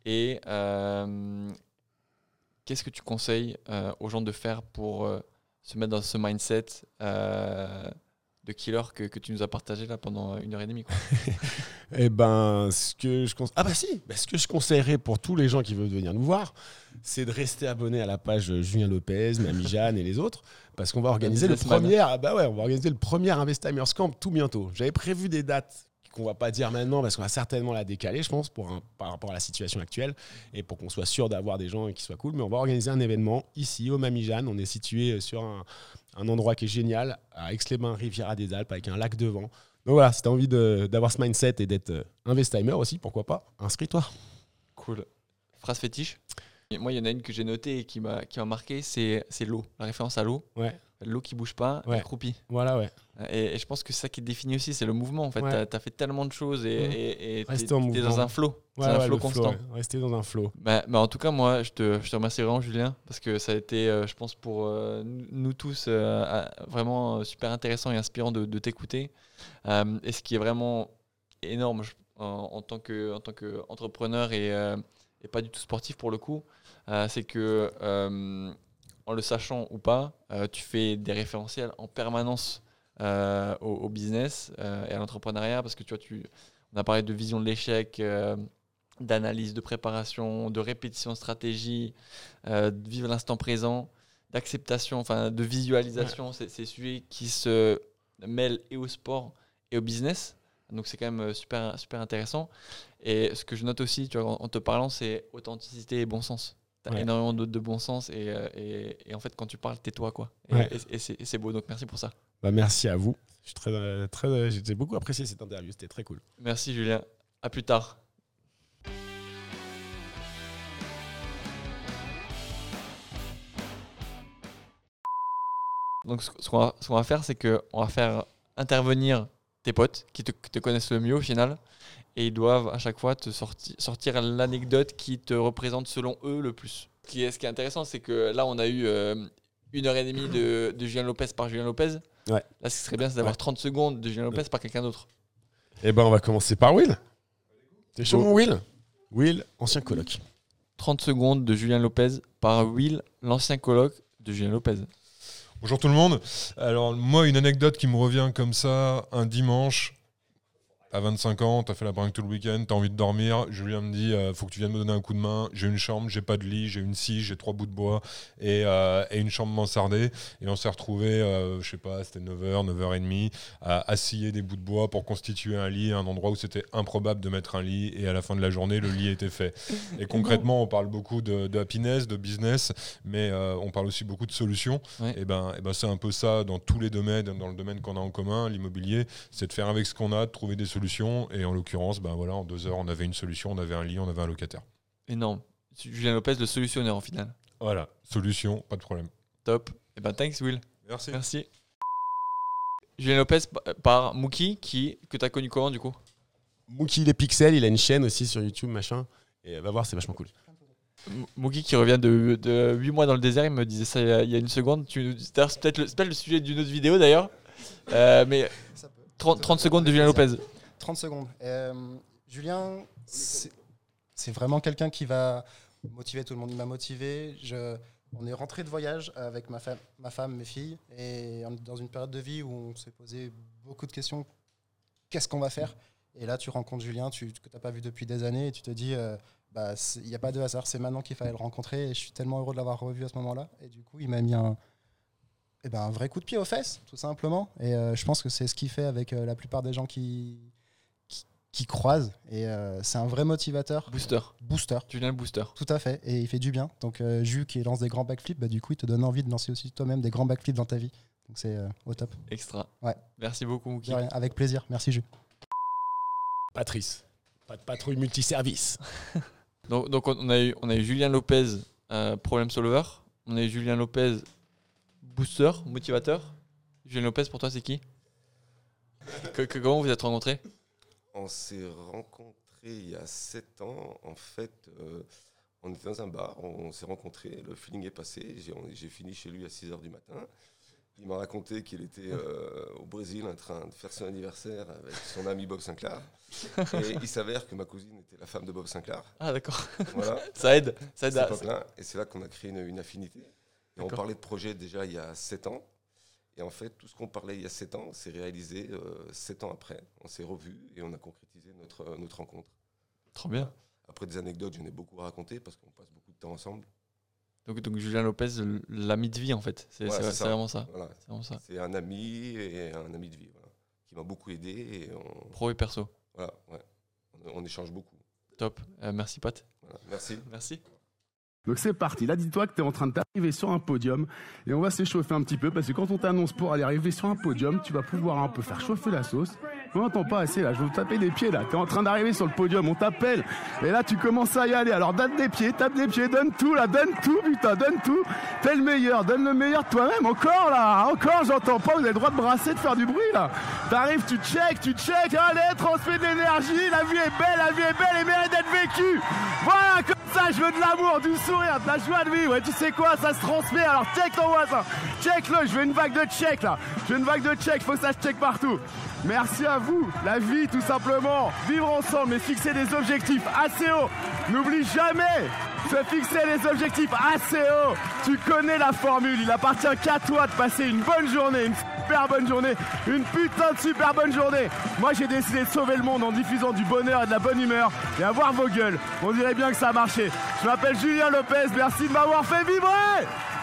Et qu'est-ce que tu conseilles aux gens de faire pour se mettre dans ce mindset de killer que tu nous as partagé là pendant 1h30 quoi. Eh ben, ce que je conseillerais pour tous les gens qui veulent venir nous voir, c'est de rester abonné à la page Julien Lopez, Mamie Jeanne et les autres, parce qu'on va organiser on va organiser le premier Investimers Camp tout bientôt. J'avais prévu des dates qu'on va pas dire maintenant parce qu'on va certainement la décaler, je pense, par rapport à la situation actuelle et pour qu'on soit sûr d'avoir des gens qui soient cool. Mais on va organiser un événement ici au Mamie Jeanne. On est situé sur un endroit qui est génial, à Aix-les-Bains, Riviera des Alpes, avec un lac devant. Donc voilà, si tu as envie d'avoir ce mindset et d'être investimer aussi, pourquoi pas, inscris-toi. Cool. Phrase fétiche. Et moi, il y en a une que j'ai notée et qui m'a marqué, c'est l'eau, la référence à l'eau. Ouais. L'eau qui bouge pas, elle croupit. Voilà, ouais. Et je pense que c'est ça qui te définit aussi, c'est le mouvement. En fait, Ouais. tu as fait tellement de choses et tu es mouvement. dans un flow. Ouais, c'est un ouais, flow le constant. flow, ouais. Rester dans un flow. Bah, en tout cas, moi, je te remercie vraiment, Julien, parce que ça a été, je pense, pour nous tous, vraiment super intéressant et inspirant de t'écouter. Et ce qui est vraiment énorme en tant qu'entrepreneur et pas du tout sportif pour le coup, c'est que en le sachant ou pas, tu fais des référentiels en permanence au business et à l'entrepreneuriat parce que on a parlé de vision de l'échec, d'analyse, de préparation, de répétition de stratégie, de vivre l'instant présent, d'acceptation, enfin de visualisation. Ouais. C'est ces sujets qui se mêlent et au sport et au business. Donc c'est quand même super, super intéressant. Et ce que je note aussi, tu vois, en te parlant, c'est authenticité et bon sens. Tu as énormément de bon sens et en fait, quand tu parles, tais-toi, quoi. Et c'est beau, donc merci pour ça. Bah, merci à vous. J'ai beaucoup apprécié cette interview, c'était très cool. Merci Julien, à plus tard. Donc ce qu'on va faire, c'est qu'on va faire intervenir tes potes qui te connaissent le mieux au final. Et ils doivent à chaque fois te sortir l'anecdote qui te représente selon eux le plus. Ce qui est intéressant, c'est que là, on a eu 1h30 de Julien Lopez par Julien Lopez. Ouais. Là, ce qui serait bien, c'est d'avoir 30 secondes de Julien Lopez par quelqu'un d'autre. Eh ben, on va commencer par Will. T'es chaud, mon Will ? Will, ancien coloc. 30 secondes de Julien Lopez par Will, l'ancien coloc de Julien Lopez. Bonjour tout le monde. Alors, moi, une anecdote qui me revient comme ça, un dimanche. À 25 ans, t'as fait la brinque tout le week-end, t'as envie de dormir. Julien me dit, faut que tu viennes me donner un coup de main. J'ai une chambre, j'ai pas de lit, j'ai une scie, j'ai 3 bouts de bois et une chambre mansardée. Et on s'est retrouvés, je sais pas, c'était 9h, 9h30, à scier des bouts de bois pour constituer un lit, un endroit où c'était improbable de mettre un lit. Et à la fin de la journée, le lit était fait. Et concrètement, on parle beaucoup de happiness, de business, mais on parle aussi beaucoup de solutions. Ouais. Et ben, c'est un peu ça dans tous les domaines, dans le domaine qu'on a en commun, l'immobilier, c'est de faire avec ce qu'on a, de trouver des solutions. Et en l'occurrence, en 2 heures, on avait une solution, on avait un lit, on avait un locataire. Énorme. Julien Lopez, le solutionneur en finale. Voilà, solution, pas de problème. Top. Et thanks Will. Merci. Julien Lopez par Mookie, que tu as connu comment du coup ? Mookie les pixels, il a une chaîne aussi sur YouTube, machin. Et va voir, c'est vachement cool. Mookie qui revient de 8 mois dans le désert, il me disait ça il y a une seconde. C'est peut-être le sujet d'une autre vidéo d'ailleurs. Mais 30 secondes de Julien Lopez. 30 secondes. Julien, c'est vraiment quelqu'un qui va motiver tout le monde. Il m'a motivé. On est rentré de voyage avec ma femme, mes filles, et on est dans une période de vie où on s'est posé beaucoup de questions. Qu'est-ce qu'on va faire ? Et là, tu rencontres Julien, que tu n'as pas vu depuis des années, et tu te dis, il n'y a pas de hasard, c'est maintenant qu'il fallait le rencontrer, et je suis tellement heureux de l'avoir revu à ce moment-là. Et du coup, il m'a mis un vrai coup de pied aux fesses, tout simplement. Et je pense que c'est ce qu'il fait avec la plupart des gens qui croisent. Et c'est un vrai motivateur. Booster. Julien le booster. Tout à fait. Et il fait du bien. Donc, Jules qui lance des grands backflips, du coup, il te donne envie de lancer aussi toi-même des grands backflips dans ta vie. Donc, c'est au top. Extra. Ouais. Merci beaucoup, Mookie. Avec plaisir. Merci, Jules. Patrice. Pas de patrouille multiservice. donc on a eu Julien Lopez, problem solver. On a eu Julien Lopez, booster, motivateur. Julien Lopez, pour toi, c'est qui ? Comment vous êtes rencontrés ? On s'est rencontrés il y a 7 ans. En fait, on était dans un bar, on s'est rencontrés, le feeling est passé. J'ai fini chez lui à 6h du matin. Il m'a raconté qu'il était au Brésil en train de faire son anniversaire avec son ami Bob Sinclair. Et il s'avère que ma cousine était la femme de Bob Sinclair. Ah, d'accord. Voilà. Ça aide. Et c'est là qu'on a créé une affinité. Et on parlait de projet déjà il y a 7 ans. Et en fait, tout ce qu'on parlait il y a 7 ans, s'est réalisé 7 ans après. On s'est revus et on a concrétisé notre rencontre. Trop bien. Après des anecdotes, j'en ai beaucoup à raconter parce qu'on passe beaucoup de temps ensemble. Donc Julien Lopez, l'ami de vie en fait. C'est vraiment ça. Voilà. C'est vraiment ça. C'est un ami et un ami de vie, voilà, qui m'a beaucoup aidé. Et pro et perso. Voilà, ouais. On échange beaucoup. Top. Merci Pat. Voilà. Merci. Merci. Donc c'est parti, là dis-toi que tu es en train d'arriver sur un podium et on va s'échauffer un petit peu parce que quand on t'annonce pour aller arriver sur un podium, tu vas pouvoir un peu faire chauffer la sauce. On n'entend pas assez là, je vais vous taper des pieds là, tu es en train d'arriver sur le podium, on t'appelle et là tu commences à y aller, alors tape des pieds, donne tout là, donne tout putain, donne tout, t'es le meilleur, donne le meilleur de toi-même, encore là, encore j'entends pas, vous avez le droit de brasser, de faire du bruit là. T'arrives, tu check, allez, transmets de l'énergie, la vie est belle et mérite d'être vécue. Voilà, comme ça, je veux de l'amour, du sourire, de la joie de vivre. Ouais, tu sais quoi, ça se transmet. Alors check ton voisin, check-le. Je veux une vague de check là. Faut que ça se check partout. Merci à vous, la vie tout simplement. Vivre ensemble, mais fixer des objectifs assez hauts. N'oublie jamais se fixer les objectifs assez hauts. Tu connais la formule. Il appartient qu'à toi de passer une bonne journée, une super bonne journée, une putain de super bonne journée. Moi, j'ai décidé de sauver le monde en diffusant du bonheur et de la bonne humeur. Et à voir vos gueules, on dirait bien que ça a marché. Je m'appelle Julien Lopez. Merci de m'avoir fait vibrer.